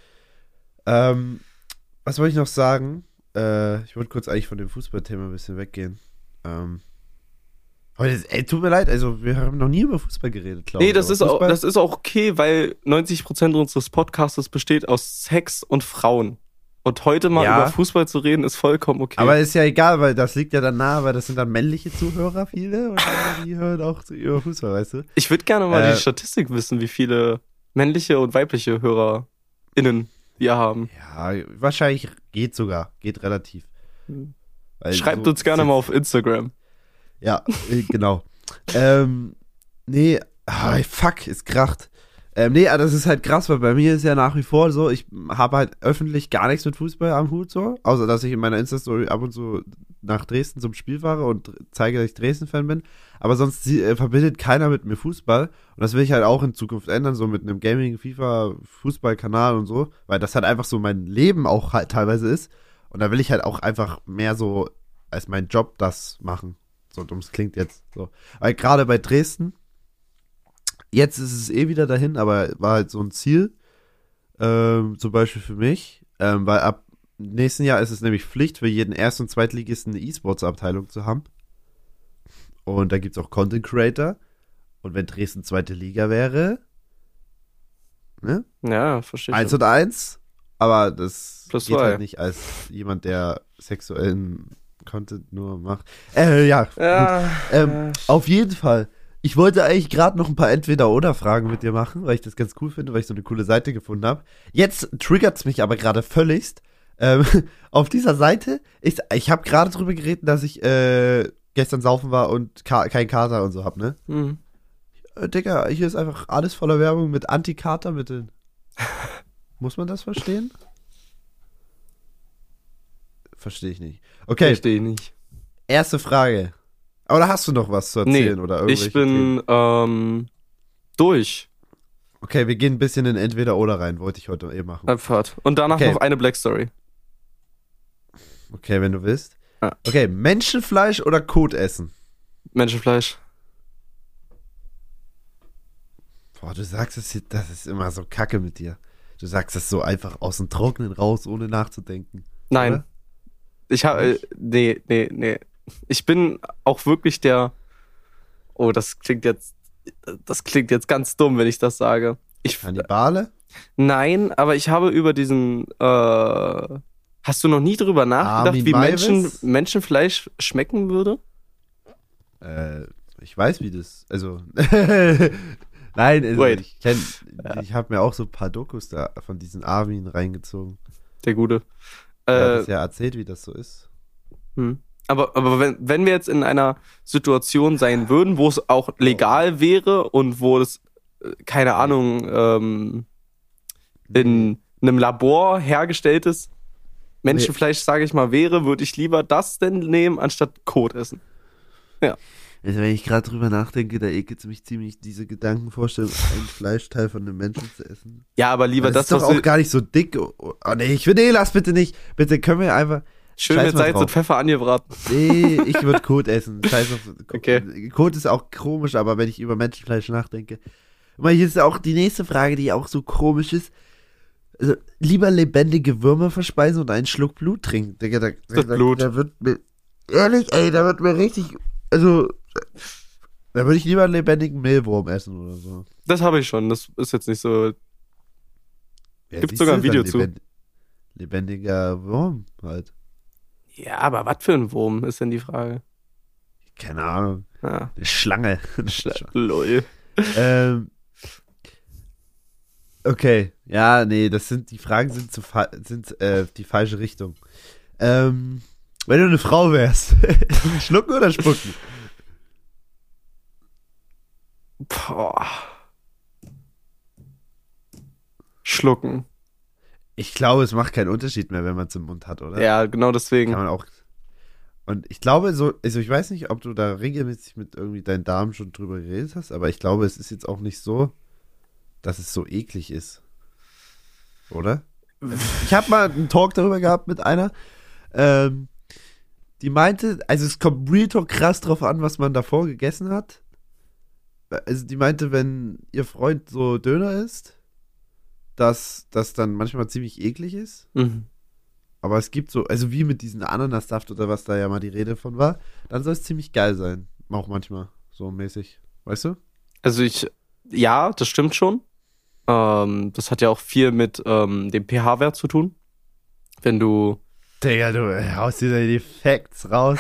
Ähm, was wollte ich noch sagen? Äh, ich wollte kurz eigentlich von dem Fußballthema ein bisschen weggehen. Ähm, heute, ey, tut mir leid, also wir haben noch nie über Fußball geredet, glaube ich. Nee, das aber ist, auch, Fußball- das ist auch okay, weil neunzig Prozent unseres Podcasts besteht aus Sex und Frauen. Und heute mal Ja. über Fußball zu reden, ist vollkommen okay. Aber ist ja egal, weil das liegt ja dann nahe, weil das sind dann männliche Zuhörer, viele, und die hören auch zu- über Fußball, weißt du? ich würde gerne mal Äh, die Statistik wissen, wie viele männliche und weibliche HörerInnen wir haben. Ja, wahrscheinlich geht sogar, geht relativ. Weil Schreibt so- uns gerne mal auf Instagram. Ja, äh, genau. ähm, nee, ah, fuck, es kracht. Ähm, nee, das ist halt krass, weil bei mir ist ja nach wie vor so, ich habe halt öffentlich gar nichts mit Fußball am Hut so, außer dass ich in meiner Insta-Story ab und zu nach Dresden zum Spiel fahre und zeige, dass ich Dresden-Fan bin, aber sonst äh, verbindet keiner mit mir Fußball und das will ich halt auch in Zukunft ändern, so mit einem Gaming-FIFA-Fußball-Kanal und so, weil das halt einfach so mein Leben auch halt teilweise ist und da will ich halt auch einfach mehr so als mein Job das machen. So dumm es klingt jetzt so. Weil gerade bei Dresden, jetzt ist es eh wieder dahin, aber war halt so ein Ziel, ähm, zum Beispiel für mich, ähm, weil ab nächsten Jahr ist es nämlich Pflicht für jeden Erst- und Zweitligisten eine E-Sports-Abteilung zu haben. Und da gibt es auch Content Creator. Und wenn Dresden zweite Liga wäre, ne? Ja, verstehe Eins ich. und eins, aber das Plus geht zwei. halt nicht als jemand, der sexuellen Content nur macht. Äh, ja. Ja. Ähm, auf jeden Fall. Ich wollte eigentlich gerade noch ein paar Entweder-Oder-Fragen mit dir machen, weil ich das ganz cool finde, weil ich so eine coole Seite gefunden habe. Jetzt triggert's mich aber gerade völligst. Ähm, auf dieser Seite, ich, ich habe gerade drüber geredet, dass ich äh, gestern saufen war und ka- kein Kater und so hab, ne? Mhm. Äh, Digga, hier ist einfach alles voller Werbung mit Anti-Kater-Mitteln. Muss man das verstehen? Verstehe ich nicht. Okay, Verstehe ich nicht. erste Frage. Aber da hast du noch was zu erzählen Nee, oder irgendwelche ich bin ähm, durch. Okay, wir gehen ein bisschen in Entweder-Oder rein, wollte ich heute eh machen. Abfahrt. Und danach Okay. noch eine Black Story. Okay, wenn du willst. Ja. Okay, Menschenfleisch oder Kot essen? Menschenfleisch. Boah, du sagst es, hier- das ist immer so kacke mit dir. Du sagst es so einfach aus dem Trockenen raus, ohne nachzudenken. Nein. Oder? Ich habe, äh, nee, nee, nee. Ich bin auch wirklich der, oh, das klingt jetzt, das klingt jetzt ganz dumm, wenn ich das sage. Ich, Kannibale? nein, aber ich habe über diesen, äh, hast du noch nie drüber nachgedacht, Armin wie Menschen, Maivis? Menschenfleisch schmecken würde? Äh, ich weiß, wie das, also, nein, also Wait. ich kenn, ich habe mir auch so ein paar Dokus da von diesen Armin reingezogen. Der Gute. Er hat Äh, das ja erzählt, wie das so ist. Hm. Aber, aber wenn, wenn wir jetzt in einer Situation sein würden, wo es auch legal wäre und wo es, äh, keine Ahnung, ähm, in einem Labor hergestelltes Menschenfleisch, sage ich mal, wäre, würde ich lieber das denn nehmen, anstatt Kot essen. Also wenn ich gerade drüber nachdenke, da ekelt es mich ziemlich, diese Gedankenvorstellung, ein Fleischteil von einem Menschen zu essen. Ja, aber lieber das das, ist doch was auch du gar nicht so dick. Oh, oh nee, ich will, nee, lass bitte nicht. Bitte können wir einfach, schön scheiß mit mal Salz drauf. und Pfeffer angebraten. nee, ich würde Kot essen. Scheiß auf, Okay. Kot ist auch komisch, aber wenn ich über Menschenfleisch nachdenke. Guck mal, hier ist auch die nächste Frage, die auch so komisch ist. Also, lieber lebendige Würmer verspeisen oder einen Schluck Blut trinken. Digga, da, Das da, Blut. da wird mir, ehrlich, ey, da wird mir richtig, also, da würde ich lieber einen lebendigen Mehlwurm essen oder so. Das habe ich schon, das ist jetzt nicht so. Ja, Gibt's siehst sogar du, ein Video dann zu. lebend- Lebendiger Wurm halt. Ja, aber was für ein Wurm ist denn die Frage? Keine Ahnung. Ja. Eine Schlange. Schla- Lol. ähm, okay. Ja, nee, das sind, die Fragen sind, zu fa- sind äh, die falsche Richtung. Ähm, wenn du eine Frau wärst, schlucken oder spucken? Boah. Schlucken. Ich glaube, es macht keinen Unterschied mehr, wenn man es im Mund hat, oder? Ja, genau deswegen. Kann man auch. Und ich glaube, so, also ich weiß nicht, ob du da regelmäßig mit irgendwie deinen Darm schon drüber geredet hast, aber ich glaube, es ist jetzt auch nicht so, dass es so eklig ist. Oder? Ich habe mal einen Talk darüber gehabt mit einer, ähm, die meinte, also es kommt Real Talk krass drauf an, was man davor gegessen hat. Also die meinte, wenn ihr Freund so Döner isst, dass das dann manchmal ziemlich eklig ist. Mhm. Aber es gibt so, also wie mit diesem Ananassaft oder was da ja mal die Rede von war, dann soll es ziemlich geil sein. Auch manchmal, so mäßig. Weißt du? Also ich, ja, das stimmt schon. Ähm, das hat ja auch viel mit ähm, dem pH-Wert zu tun. Wenn du, Digga, du haust dir die Facts raus.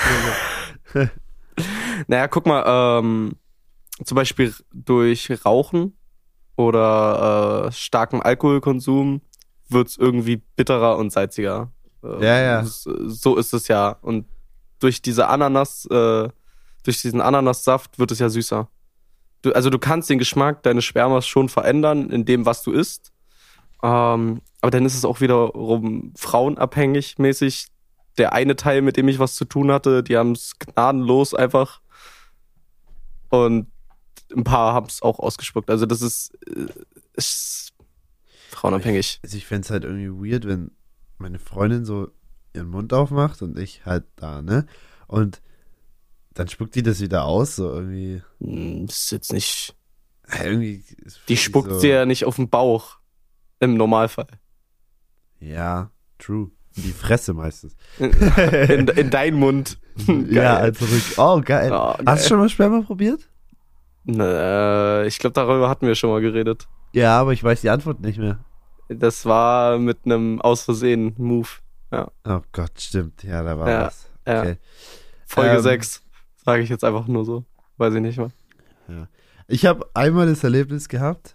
naja, guck mal, ähm, zum Beispiel durch Rauchen oder äh, starkem Alkoholkonsum wird's irgendwie bitterer und salziger. Äh, Ja, ja. s- So ist es ja. Und durch diese Ananas, äh, durch diesen Ananassaft wird es ja süßer. Du, also du kannst den Geschmack deines Spermas schon verändern in dem, was du isst. Ähm, aber dann ist es auch wiederum frauenabhängig mäßig. Der eine Teil, mit dem ich was zu tun hatte, die haben es gnadenlos einfach. Und ein paar haben es auch ausgespuckt. Also das ist, äh, ist frauenabhängig. Also ich fände es halt irgendwie weird, wenn meine Freundin so ihren Mund aufmacht und ich halt da, ne? Und dann spuckt die das wieder aus, so irgendwie. Hm, Das ist jetzt nicht. irgendwie ist Die für spuckt so, dir ja nicht auf den Bauch. Im Normalfall. Ja, true. In die Fresse meistens. In, in deinen Mund. Ja, also wirklich. Oh, geil. Oh, geil. Hast du schon mal Sperma probiert? Na, ich glaube, darüber hatten wir schon mal geredet. Ja, aber ich weiß die Antwort nicht mehr. Das war mit einem aus Versehen Move. Oh Gott, stimmt. Ja, da war Ja. was. Ja. Okay. Folge Ähm, sechs, sage ich jetzt einfach nur so. Weiß ich nicht mehr. Ja. Ich habe einmal das Erlebnis gehabt.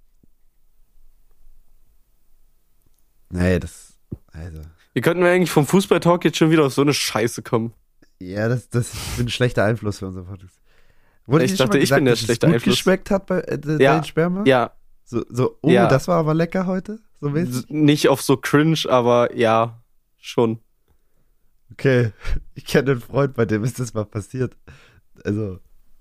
Nee, das. Also. Wir könnten wir eigentlich vom Fußball-Talk jetzt schon wieder auf so eine Scheiße kommen. Ja, das, das ich bin ein schlechter Einfluss für unser Podcast. Wurde Ich dir schon dachte, mal ich bin der dass es schlechte gut Einfluss. geschmeckt hat bei äh, de- Ja, dein Sperma? Ja, So, so oh, Ja. das war aber lecker heute? So mäßig? s- nicht auf so cringe, aber ja, schon. Okay. Ich kenne einen Freund, bei dem ist das mal passiert. Also.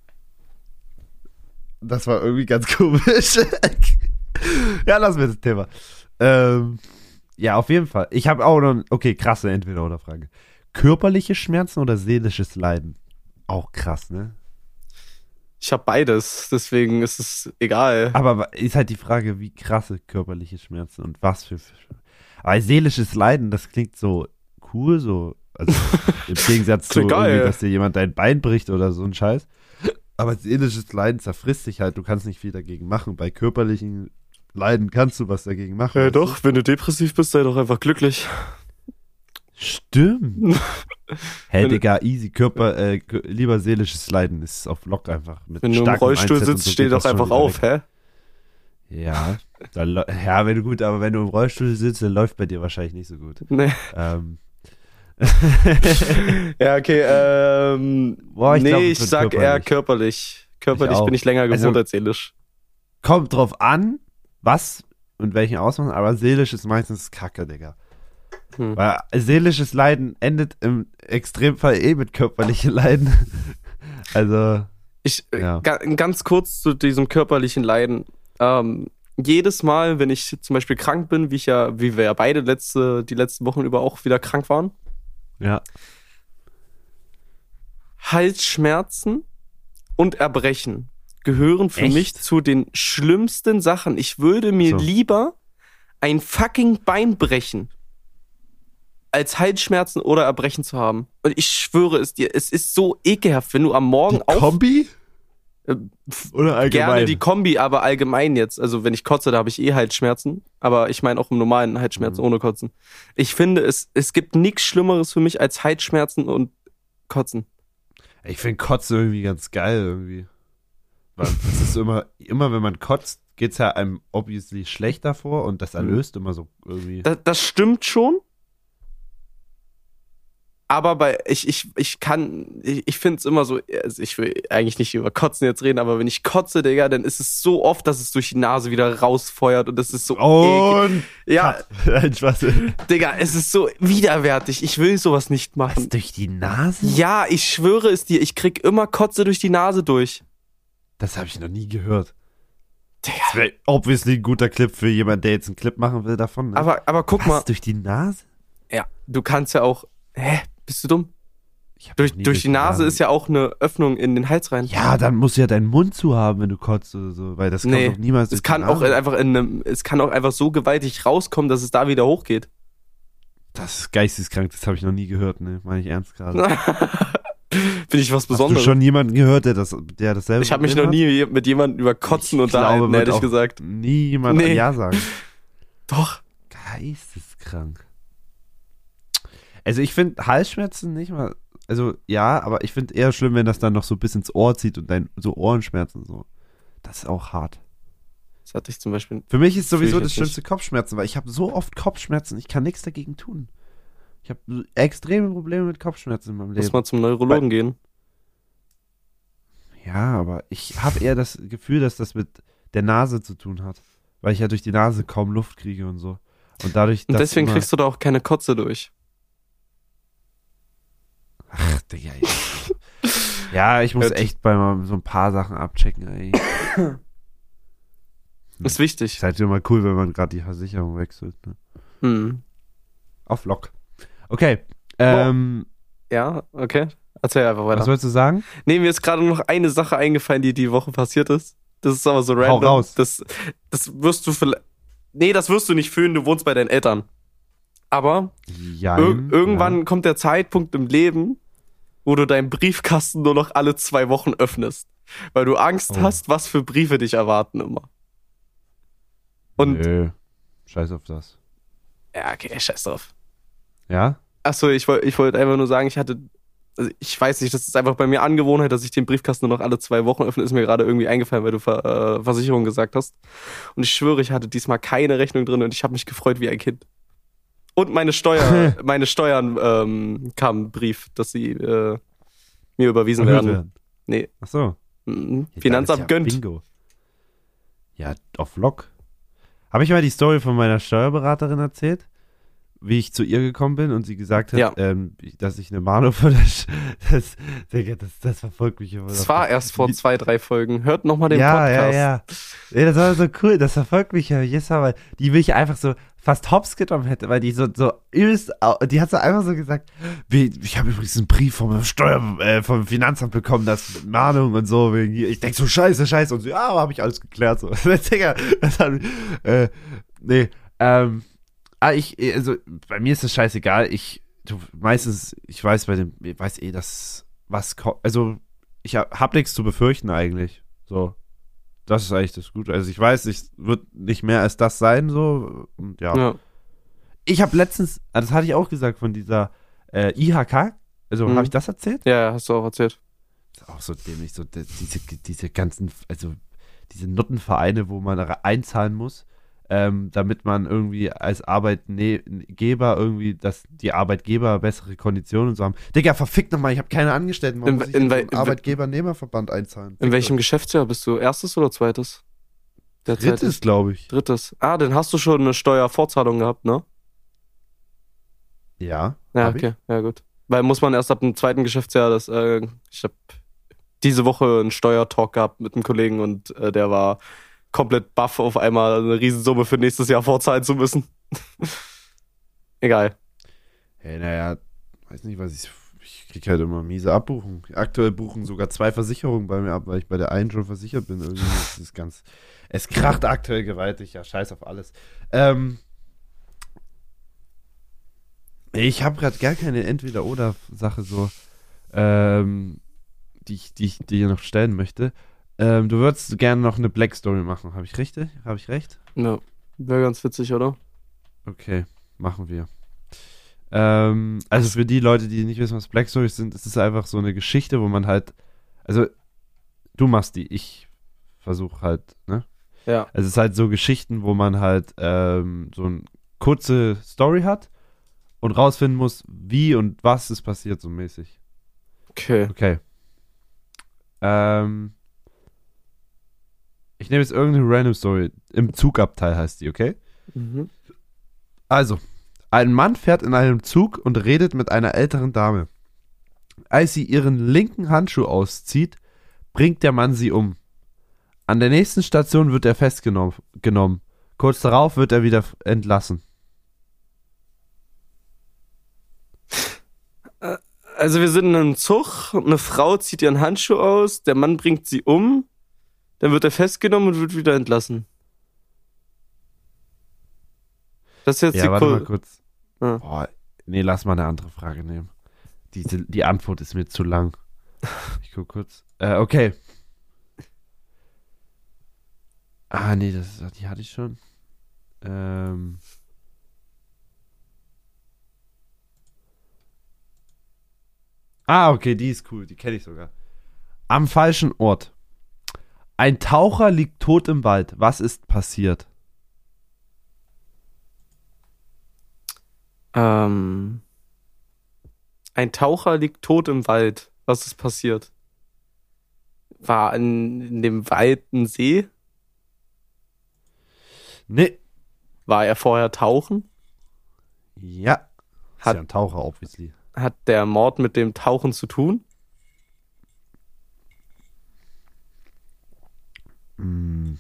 Das war irgendwie ganz komisch. Ja, lassen wir das Thema. Ähm, ja, auf jeden Fall. Ich habe auch noch, okay, krasse Entweder-oder-Frage. Körperliche Schmerzen oder seelisches Leiden? Auch krass, ne? Ich habe beides, deswegen ist es egal. Aber wa- ist halt die Frage, wie krasse körperliche Schmerzen und was für. Aber seelisches Leiden, das klingt so cool, so. Also im Gegensatz zu Klingt geil. irgendwie, dass dir jemand dein Bein bricht oder so ein Scheiß. Aber seelisches Leiden zerfrisst dich halt. Du kannst nicht viel dagegen machen. Bei körperlichen Leiden kannst du was dagegen machen. Ja, weißt du? doch, wenn du depressiv bist, sei doch einfach glücklich. Stimmt. Hey, Wenn du- Digga, easy. Körper, äh, k- lieber seelisches Leiden ist auf Lock einfach. Mit Wenn du im starkem Rollstuhl Mindset und sitzt, so steh geht doch das schon einfach wieder auf, weg. hä? Ja, dann, lo- ja, wenn du gut, aber wenn du im Rollstuhl sitzt, dann läuft bei dir wahrscheinlich nicht so gut. Nee. Ähm. Ja, okay, ähm. Boah, ich nee, glaub, es ich wird sag eher körperlich. körperlich. Körperlich Ich auch. bin ich länger gewohnt Also- als seelisch. Kommt drauf an, was und welchen Ausmaß, aber seelisch ist meistens Kacke, Digga. Hm. Weil seelisches Leiden endet im Extremfall eh mit körperlichen Leiden. Also, Ich, äh, Ja. ga, ganz kurz zu diesem körperlichen Leiden. Ähm, jedes Mal, wenn ich zum Beispiel krank bin, wie ich ja, wie wir ja beide letzte, die letzten Wochen über auch wieder krank waren, ja. Halsschmerzen und Erbrechen gehören für Echt? mich zu den schlimmsten Sachen. Ich würde mir So. lieber ein fucking Bein brechen, als Halsschmerzen oder Erbrechen zu haben. Und ich schwöre es dir, es ist so ekelhaft, wenn du am Morgen Die auf... Kombi? äh, Oder allgemein? Gerne die Kombi, aber allgemein jetzt. Also wenn ich kotze, da habe ich eh Halsschmerzen. Aber ich meine auch im normalen Halsschmerzen Mhm. ohne Kotzen. Ich finde, es, es gibt nichts Schlimmeres für mich als Halsschmerzen und Kotzen. Ich finde Kotze irgendwie ganz geil irgendwie. Weil es ist immer, immer wenn man kotzt, geht's ja einem obviously schlecht davor und das erlöst immer so irgendwie. Das, das stimmt schon. Aber bei, ich, ich, ich kann, ich, ich finde es immer so, also ich will eigentlich nicht über Kotzen jetzt reden, aber wenn ich kotze, Digga, dann ist es so oft, dass es durch die Nase wieder rausfeuert und das ist so eklig. Und Ja, Nein, Spaß. Digga, es ist so widerwärtig. Ich will sowas nicht machen. Was, durch die Nase? Ja, ich schwöre es dir, ich krieg immer Kotze durch die Nase durch. Das habe ich noch nie gehört. Digga. Das wäre obviously ein guter Clip für jemanden, der jetzt einen Clip machen will davon. Ne? Aber, aber guck Was, mal, durch die Nase? ja, du kannst ja auch, hä, bist du dumm? Ich hab Durch, noch nie durch die Nase ist ja auch eine Öffnung in den Hals rein. Ja, dann musst du ja deinen Mund zu haben, wenn du kotzt oder so, weil das kommt Nee, doch niemals durch Es kann die auch Nase. einfach in einem, es kann auch einfach so gewaltig rauskommen, dass es da wieder hochgeht. Das ist geisteskrank, das habe ich noch nie gehört, ne? Meine ich ernst gerade. Finde ich was Hast du Besonderes. schon jemanden gehört, der das, der dasselbe Ich habe mich noch Problem nie mit jemandem über Kotzen Ich unterhalten, glaube, wird ehrlich auch gesagt. hat? Nie jemand Nee. Ja sagen. Doch. Geisteskrank. Also ich finde Halsschmerzen nicht mal, also ja, aber ich finde eher schlimm, wenn das dann noch so bis ins Ohr zieht und dann so Ohrenschmerzen so. Das ist auch hart. Das hatte ich zum Beispiel. Für mich ist sowieso Fühl ich das jetzt schlimmste Kopfschmerzen, weil ich habe so oft Kopfschmerzen, ich kann nichts dagegen tun. Ich habe extreme Probleme mit Kopfschmerzen in meinem Muss Leben. mal zum Neurologen gehen. Ja, aber ich habe eher das Gefühl, dass das mit der Nase zu tun hat. Weil ich ja durch die Nase kaum Luft kriege und so. Und dadurch, Und dass deswegen immer, kriegst du da auch keine Kotze durch. Ach, Digga, ich, ja, ich muss Hört- echt bei mal so ein paar Sachen abchecken, ey. Ist wichtig. Ist halt immer cool, wenn man gerade die Versicherung wechselt. Ne? Hm. Auf Lock. Okay. Ähm, Ja, okay. Erzähl einfach weiter. was wolltest du sagen? Nee, mir ist gerade noch eine Sache eingefallen, die die Woche passiert ist. Das ist aber so Hau random. raus. Das, das wirst du vielleicht. Nee, das wirst du nicht fühlen, du wohnst bei deinen Eltern. Aber Ja. ir irgendwann kommt der Zeitpunkt im Leben, wo du deinen Briefkasten nur noch alle zwei Wochen öffnest. Weil du Angst Oh. hast, was für Briefe dich erwarten immer. Und Nö. Scheiß auf das. ja, okay, scheiß drauf. Ja? Achso, ich wollte ich wollt einfach nur sagen, ich hatte, also ich weiß nicht, das ist einfach bei mir Angewohnheit, dass ich den Briefkasten nur noch alle zwei Wochen öffne, ist mir gerade irgendwie eingefallen, weil du Ver, äh, Versicherung gesagt hast. Und ich schwöre, ich hatte diesmal keine Rechnung drin und ich habe mich gefreut wie ein Kind. Und meine Steuer, meine Steuern ähm, kam ein Brief, dass sie äh, mir überwiesen Erhöht werden. werden. Nee. Ach so. Mhm. Ja, Finanzamt das ist ja gönnt. Bingo. Ja, auf Lock. Habe ich mal die Story von meiner Steuerberaterin erzählt? Wie ich zu ihr gekommen bin und sie gesagt hat, Ja. ähm, dass ich eine Mahnung von der Sch das, Digga, das, das verfolgt mich immer. Das war erst vor zwei, drei Folgen. Hört nochmal den ja, Podcast. Ja, ja, ja. Das war so cool, das verfolgt mich ja jetzt mal, weil die mich einfach so fast hops genommen hätte, weil die so, so übelst, die hat so einfach so gesagt, wie, ich habe übrigens einen Brief vom Steuer, äh, vom Finanzamt bekommen, das Mahnung und so, wegen hier. Ich denk so, scheiße, scheiße, und so, ja, habe ich alles geklärt, so. Digga, das hat, äh, nee, ähm, ah, ich, also, bei mir ist das scheißegal, ich, du, meistens, ich weiß bei dem, ich weiß eh, dass, was, also, ich hab, hab nichts zu befürchten eigentlich, so. Das ist eigentlich das Gute. Also ich weiß, es wird nicht mehr als das sein, so. Und ja. Ja. Ich habe letztens, das hatte ich auch gesagt von dieser äh, I H K. Also Mhm. habe ich das erzählt? Ja, hast du auch erzählt. Das ist auch so dämlich, so die- diese, diese ganzen, also diese Nuttenvereine, wo man einzahlen muss, ähm, damit man irgendwie als Arbeitgeber irgendwie, dass die Arbeitgeber bessere Konditionen und so haben. Digga, verfickt nochmal, ich habe keine Angestellten. Warum In- muss ich in in so wel- einen in- Arbeitgeber-Nehmerverband einzahlen? In welchem Geschäftsjahr bist du? Erstes oder zweites? Derzeit Drittes, glaube ich. Drittes. Ah, dann hast du schon eine Steuervorzahlung gehabt, ne? Ja. Ja, hab ich. okay, ja gut. Weil muss man erst ab dem zweiten Geschäftsjahr, das, äh, ich habe diese Woche einen Steuertalk gehabt mit einem Kollegen und äh, der war komplett baff, auf einmal eine Riesensumme für nächstes Jahr vorzahlen zu müssen. Egal. Hey, naja, weiß nicht, was ich. Ich krieg halt immer miese Abbuchungen. Aktuell buchen sogar zwei Versicherungen bei mir ab, weil ich bei der einen schon versichert bin. Irgendwie ist es ganz. Es kracht aktuell gewaltig, ja, scheiß auf alles. Ähm. Ich habe gerade gar keine Entweder-Oder-Sache so, ähm, die ich, die ich dir noch stellen möchte. Ähm, du würdest gerne noch eine Black Story machen, habe ich richtig? Habe ich recht? Ja, wäre ganz witzig, oder? Okay, machen wir. Ähm, also für die Leute, die nicht wissen, was Black Stories sind, ist es einfach so eine Geschichte, wo man halt, also du machst die, ich versuche halt, ne? Ja. Also es ist halt so Geschichten, wo man halt ähm, so eine kurze Story hat und rausfinden muss, wie und was ist passiert, so mäßig. Okay. Okay. Ähm, ich nehme jetzt irgendeine random Story. Im Zugabteil heißt die, okay? Mhm. Also, ein Mann fährt in einem Zug und redet mit einer älteren Dame. Als sie ihren linken Handschuh auszieht, bringt der Mann sie um. An der nächsten Station wird er festgenommen. Genommen. Kurz darauf wird er wieder entlassen. Also wir sind in einem Zug, eine Frau zieht ihren Handschuh aus, der Mann bringt sie um, dann wird er festgenommen und wird wieder entlassen. Das ist jetzt Ja, die warte Ko- mal kurz. Ja. Boah, nee, lass mal eine andere Frage nehmen. Diese, die Antwort ist mir zu lang. Ich guck kurz. Äh, okay. Ah, nee, das, die hatte ich schon. Ähm. Ah, okay, die ist cool, die kenne ich sogar. Am falschen Ort. Ein Taucher liegt tot im Wald. Was ist passiert? Ähm, ein Taucher liegt tot im Wald. Was ist passiert? War in, in dem Wald ein See? Nee. War er vorher tauchen? Ja. Ist Hat- ja ein Taucher, obviously. Hat der Mord mit dem Tauchen zu tun? Hm.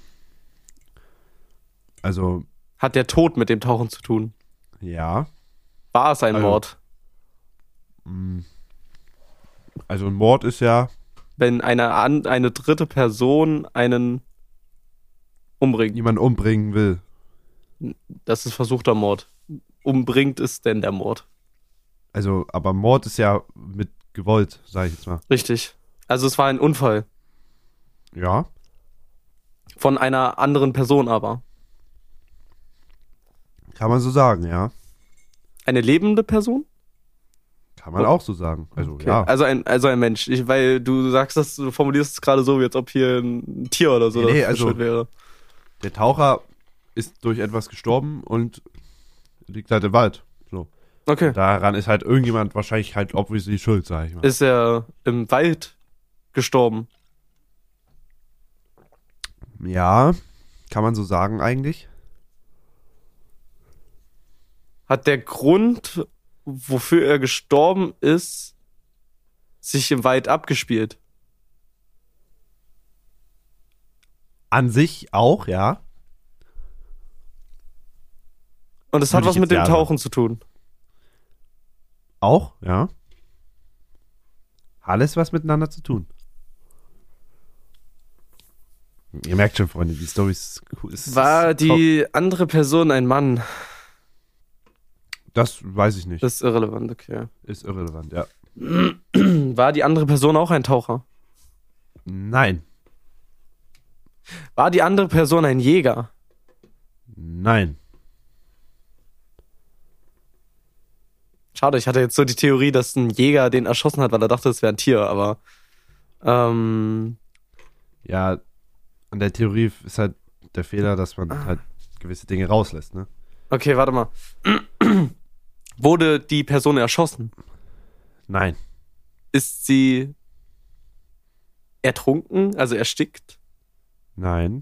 Also, Hat der Tod mit dem Tauchen zu tun? ja. War es ein Also- Mord? Hm. Also ein Mord ist ja, Wenn eine, an, eine dritte Person einen umbringt. jemanden umbringen will. Das ist versuchter Mord. Umbringt ist denn der Mord. Also, aber Mord ist ja mit gewollt, sage ich jetzt mal. Richtig. Also es war ein Unfall. Ja. Von einer anderen Person aber. Kann man so sagen, ja. Eine lebende Person? Kann man auch so sagen. Also, Okay. ja. Also ein, also ein Mensch. Ich, weil du sagst das, du formulierst es gerade so, wie als ob hier ein Tier oder so Nee, nee, dafür also- schuld wäre. Der Taucher ist durch etwas gestorben und liegt halt im Wald. So. Okay. Daran ist halt irgendjemand wahrscheinlich halt obviously schuld, sag ich mal. Ist er im Wald gestorben? Ja, kann man so sagen eigentlich. Hat der Grund, wofür er gestorben ist, sich im Wald abgespielt? An sich auch, ja. Und es hat Würde ich was mit jetzt dem ja Tauchen zu tun. Auch, ja. Alles was miteinander zu tun. Ihr merkt schon, Freunde, die Story ist cool. Es ist- War ist die andere Person ein Mann? top. Das weiß ich nicht. Das ist irrelevant, okay. ist irrelevant, ja. War die andere Person auch ein Taucher? Nein. War die andere Person ein Jäger? Nein. Schade, ich hatte jetzt so die Theorie, dass ein Jäger den erschossen hat, weil er dachte, es wäre ein Tier, aber ähm, Ja, an der Theorie ist halt der Fehler, dass man halt gewisse Dinge rauslässt, ne? okay, warte mal. Wurde die Person erschossen? Nein. Ist sie ertrunken, also erstickt, Nein.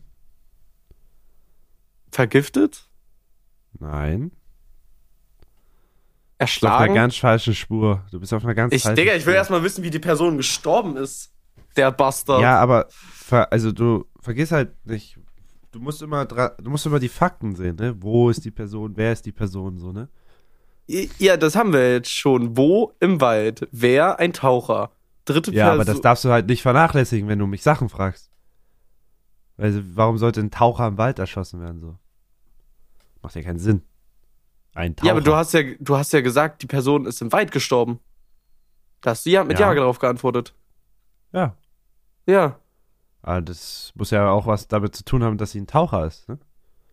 vergiftet, Nein. Du bist auf einer erschlagen? ganz falschen Spur. Du bist auf einer ganz Ich, falschen Digga, ich will Spur. erstmal wissen, wie die Person gestorben ist. Der Bastard. Ja, aber ver also du vergiss halt nicht, du musst immer dra- du musst immer die Fakten sehen, ne? Wo ist die Person, wer ist die Person, so, ne? Ja, das haben wir jetzt schon. Wo im Wald? Wer? Ein Taucher. Dritte Ja, aber das Person. darfst du halt nicht vernachlässigen, wenn du mich Sachen fragst. Also, warum sollte ein Taucher im Wald erschossen werden, so? Macht ja keinen Sinn. Ein Taucher. Ja, aber du hast ja, du hast ja gesagt, die Person ist im Wald gestorben. Da hast du ja mit Ja. Ja darauf geantwortet. Ja. Ja. Aber das muss ja auch was damit zu tun haben, dass sie ein Taucher ist, ne?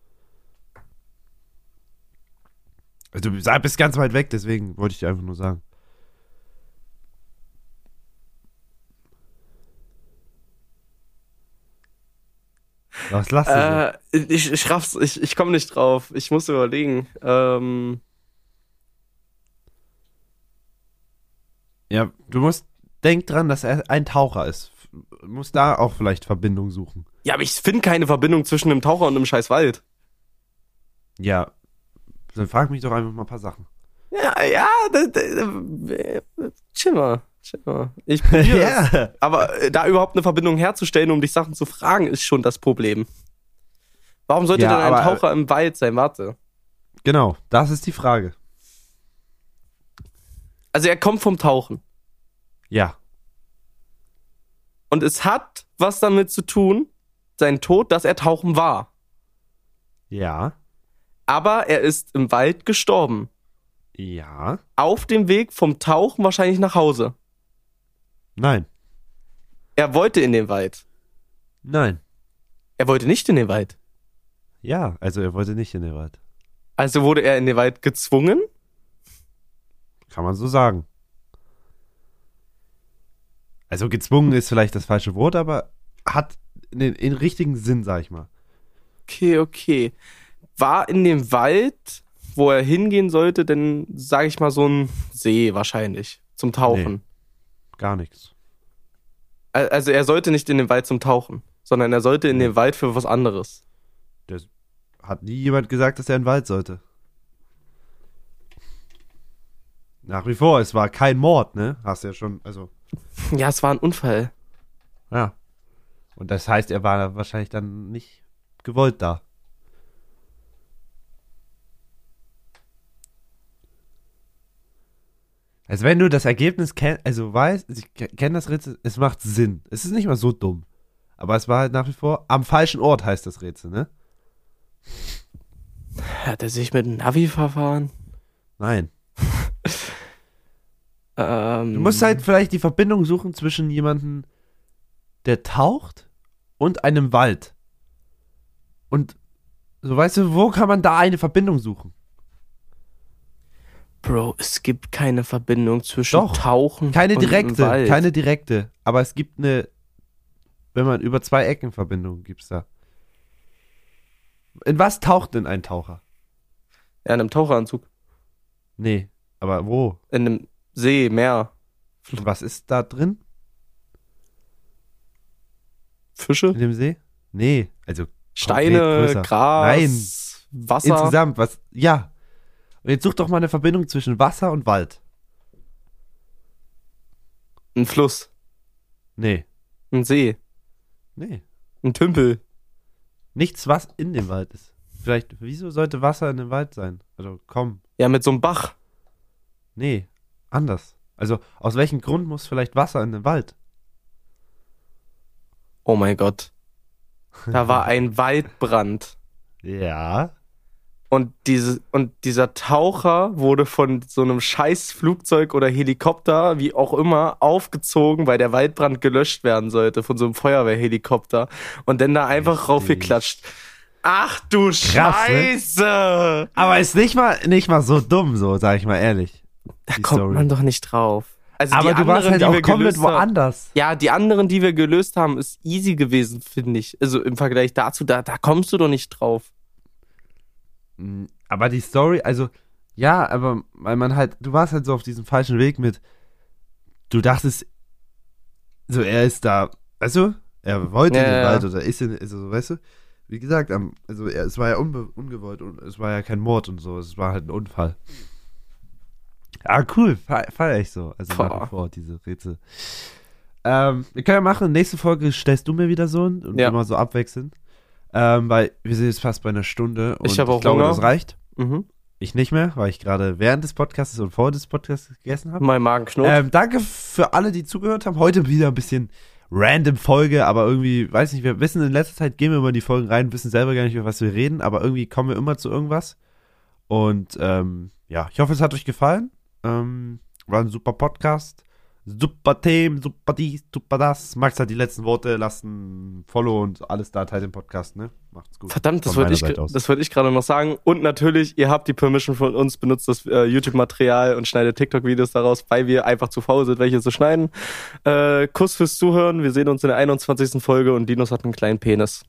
Also, du bist ganz weit weg, deswegen wollte ich dir einfach nur sagen. Was lachst du so? Äh, ich, ich raff's, ich, ich komme nicht drauf. Ich muss überlegen. Ähm, Ja, du musst, denk dran, dass er ein Taucher ist. Du musst da auch vielleicht Verbindung suchen. ja, aber ich finde keine Verbindung zwischen einem Taucher und einem scheiß Wald. Ja, dann frag mich doch einfach mal ein paar Sachen. Ja, ja, da, da, da, chill mal, chill mal. Ich probiere es. Aber äh, da überhaupt eine Verbindung herzustellen, um dich Sachen zu fragen, ist schon das Problem. Warum sollte Ja, denn ein aber- Taucher im Wald sein? Warte. Genau, das ist die Frage. Also er kommt vom Tauchen. Ja, Und es hat was damit zu tun, sein Tod, dass er tauchen war. ja, Aber er ist im Wald gestorben. ja, Auf dem Weg vom Tauchen wahrscheinlich nach Hause. nein, Er wollte in den Wald. nein. Er wollte nicht in den Wald. Ja, also er wollte nicht in den Wald. Also wurde er in den Wald gezwungen. Kann man so sagen. Also gezwungen ist vielleicht das falsche Wort, aber hat den, den richtigen Sinn, sag ich mal. Okay, okay. War in dem Wald, wo er hingehen sollte, denn, sage ich mal, so ein See wahrscheinlich zum Tauchen. Gar nichts. Al- Also er sollte nicht in den Wald zum Tauchen, sondern er sollte in den Wald für was anderes. Das hat nie jemand gesagt, dass er in den Wald sollte. Nach wie vor, es war kein Mord, ne? Hast du ja schon, also, Ja, es war ein Unfall. ja. Und das heißt, er war wahrscheinlich dann nicht gewollt da. Also wenn du das Ergebnis kennst, also weißt, ich kenne das Rätsel, es macht Sinn. Es ist nicht mal so dumm. Aber es war halt nach wie vor am falschen Ort, heißt das Rätsel, ne? Hat er sich mit dem Navi verfahren? Nein. Ähm, Du musst halt vielleicht die Verbindung suchen zwischen jemandem, der taucht und einem Wald. Und so weißt du, wo kann man da eine Verbindung suchen? Bro, es gibt keine Verbindung zwischen Doch, Tauchen Keine und direkte, Wald. keine direkte. Aber es gibt eine, wenn man über zwei Ecken Verbindung gibt's da. In was taucht denn ein Taucher? Ja, in einem Taucheranzug. Nee, aber wo? In einem See, Meer. Und was ist da drin? Fische, In dem See? Nee, also Steine, größer. Gras, Wasser. insgesamt, was, ja. Und jetzt such doch mal eine Verbindung zwischen Wasser und Wald. Ein Fluss, Nee, ein See, nee. ein Tümpel. Nichts, was in dem Wald ist. Vielleicht, wieso sollte Wasser in dem Wald sein? Also, komm. Ja, mit so einem Bach. Nee, anders. Also, aus welchem Grund muss vielleicht Wasser in den Wald? Oh mein Gott. Da war ein Waldbrand. Ja. Und, diese, und dieser Taucher wurde von so einem scheiß Flugzeug oder Helikopter, wie auch immer, aufgezogen, weil der Waldbrand gelöscht werden sollte von so einem Feuerwehrhelikopter. Und dann da einfach Richtig. raufgeklatscht. Ach du Krass, ne? Scheiße! Aber ist nicht mal, nicht mal so dumm, so, sag ich mal ehrlich. Da Die kommt Story. man doch nicht drauf. Also Aber die du warst anderen, halt die auch wir komplett gelöst haben- woanders. Ja, die anderen, die wir gelöst haben, ist easy gewesen, finde ich. Also im Vergleich dazu, da, da kommst du doch nicht drauf. Mm, Aber die Story, also, ja, aber weil man halt, du warst halt so auf diesem falschen Weg mit, du dachtest, so, er ist da, weißt du, er wollte Ja, in den ja. Wald oder ist in, also, so, weißt du, wie gesagt, am, also, er, es war ja unbe, ungewollt und es war ja kein Mord und so, es war halt ein Unfall. Ah, cool, fe- feier ich so, also nach Boah. wie vor, diese Rätsel. Ähm, wir können ja machen, nächste Folge stellst du mir wieder so ein und Ja. immer so abwechseln. Ähm, weil wir sind jetzt fast bei einer Stunde und Ich hab auch glaube, Hunger. das reicht. Mhm. Ich nicht mehr, weil ich gerade während des Podcasts und vor des Podcasts gegessen habe. Mein Magen knurrt. Ähm, danke für alle, die zugehört haben. Heute wieder ein bisschen random Folge, aber irgendwie, weiß nicht, wir wissen, in letzter Zeit gehen wir immer in die Folgen rein, wissen selber gar nicht, über was wir reden, aber irgendwie kommen wir immer zu irgendwas. Und ähm, ja, ich hoffe, es hat euch gefallen. Ähm, war ein super Podcast. Super Themen, super dies, super das. Max hat die letzten Worte, lasst ein Follow und alles da, teilt den Podcast, ne? Macht's gut. Verdammt, das Von wollte meiner ich, Seite aus. das wollte ich gerade noch sagen. Und natürlich, ihr habt die Permission von uns, benutzt das äh, YouTube-Material und schneidet TikTok-Videos daraus, weil wir einfach zu faul sind, welche zu schneiden. Äh, Kuss fürs Zuhören. Wir sehen uns in der einundzwanzigsten Folge und Dinos hat einen kleinen Penis.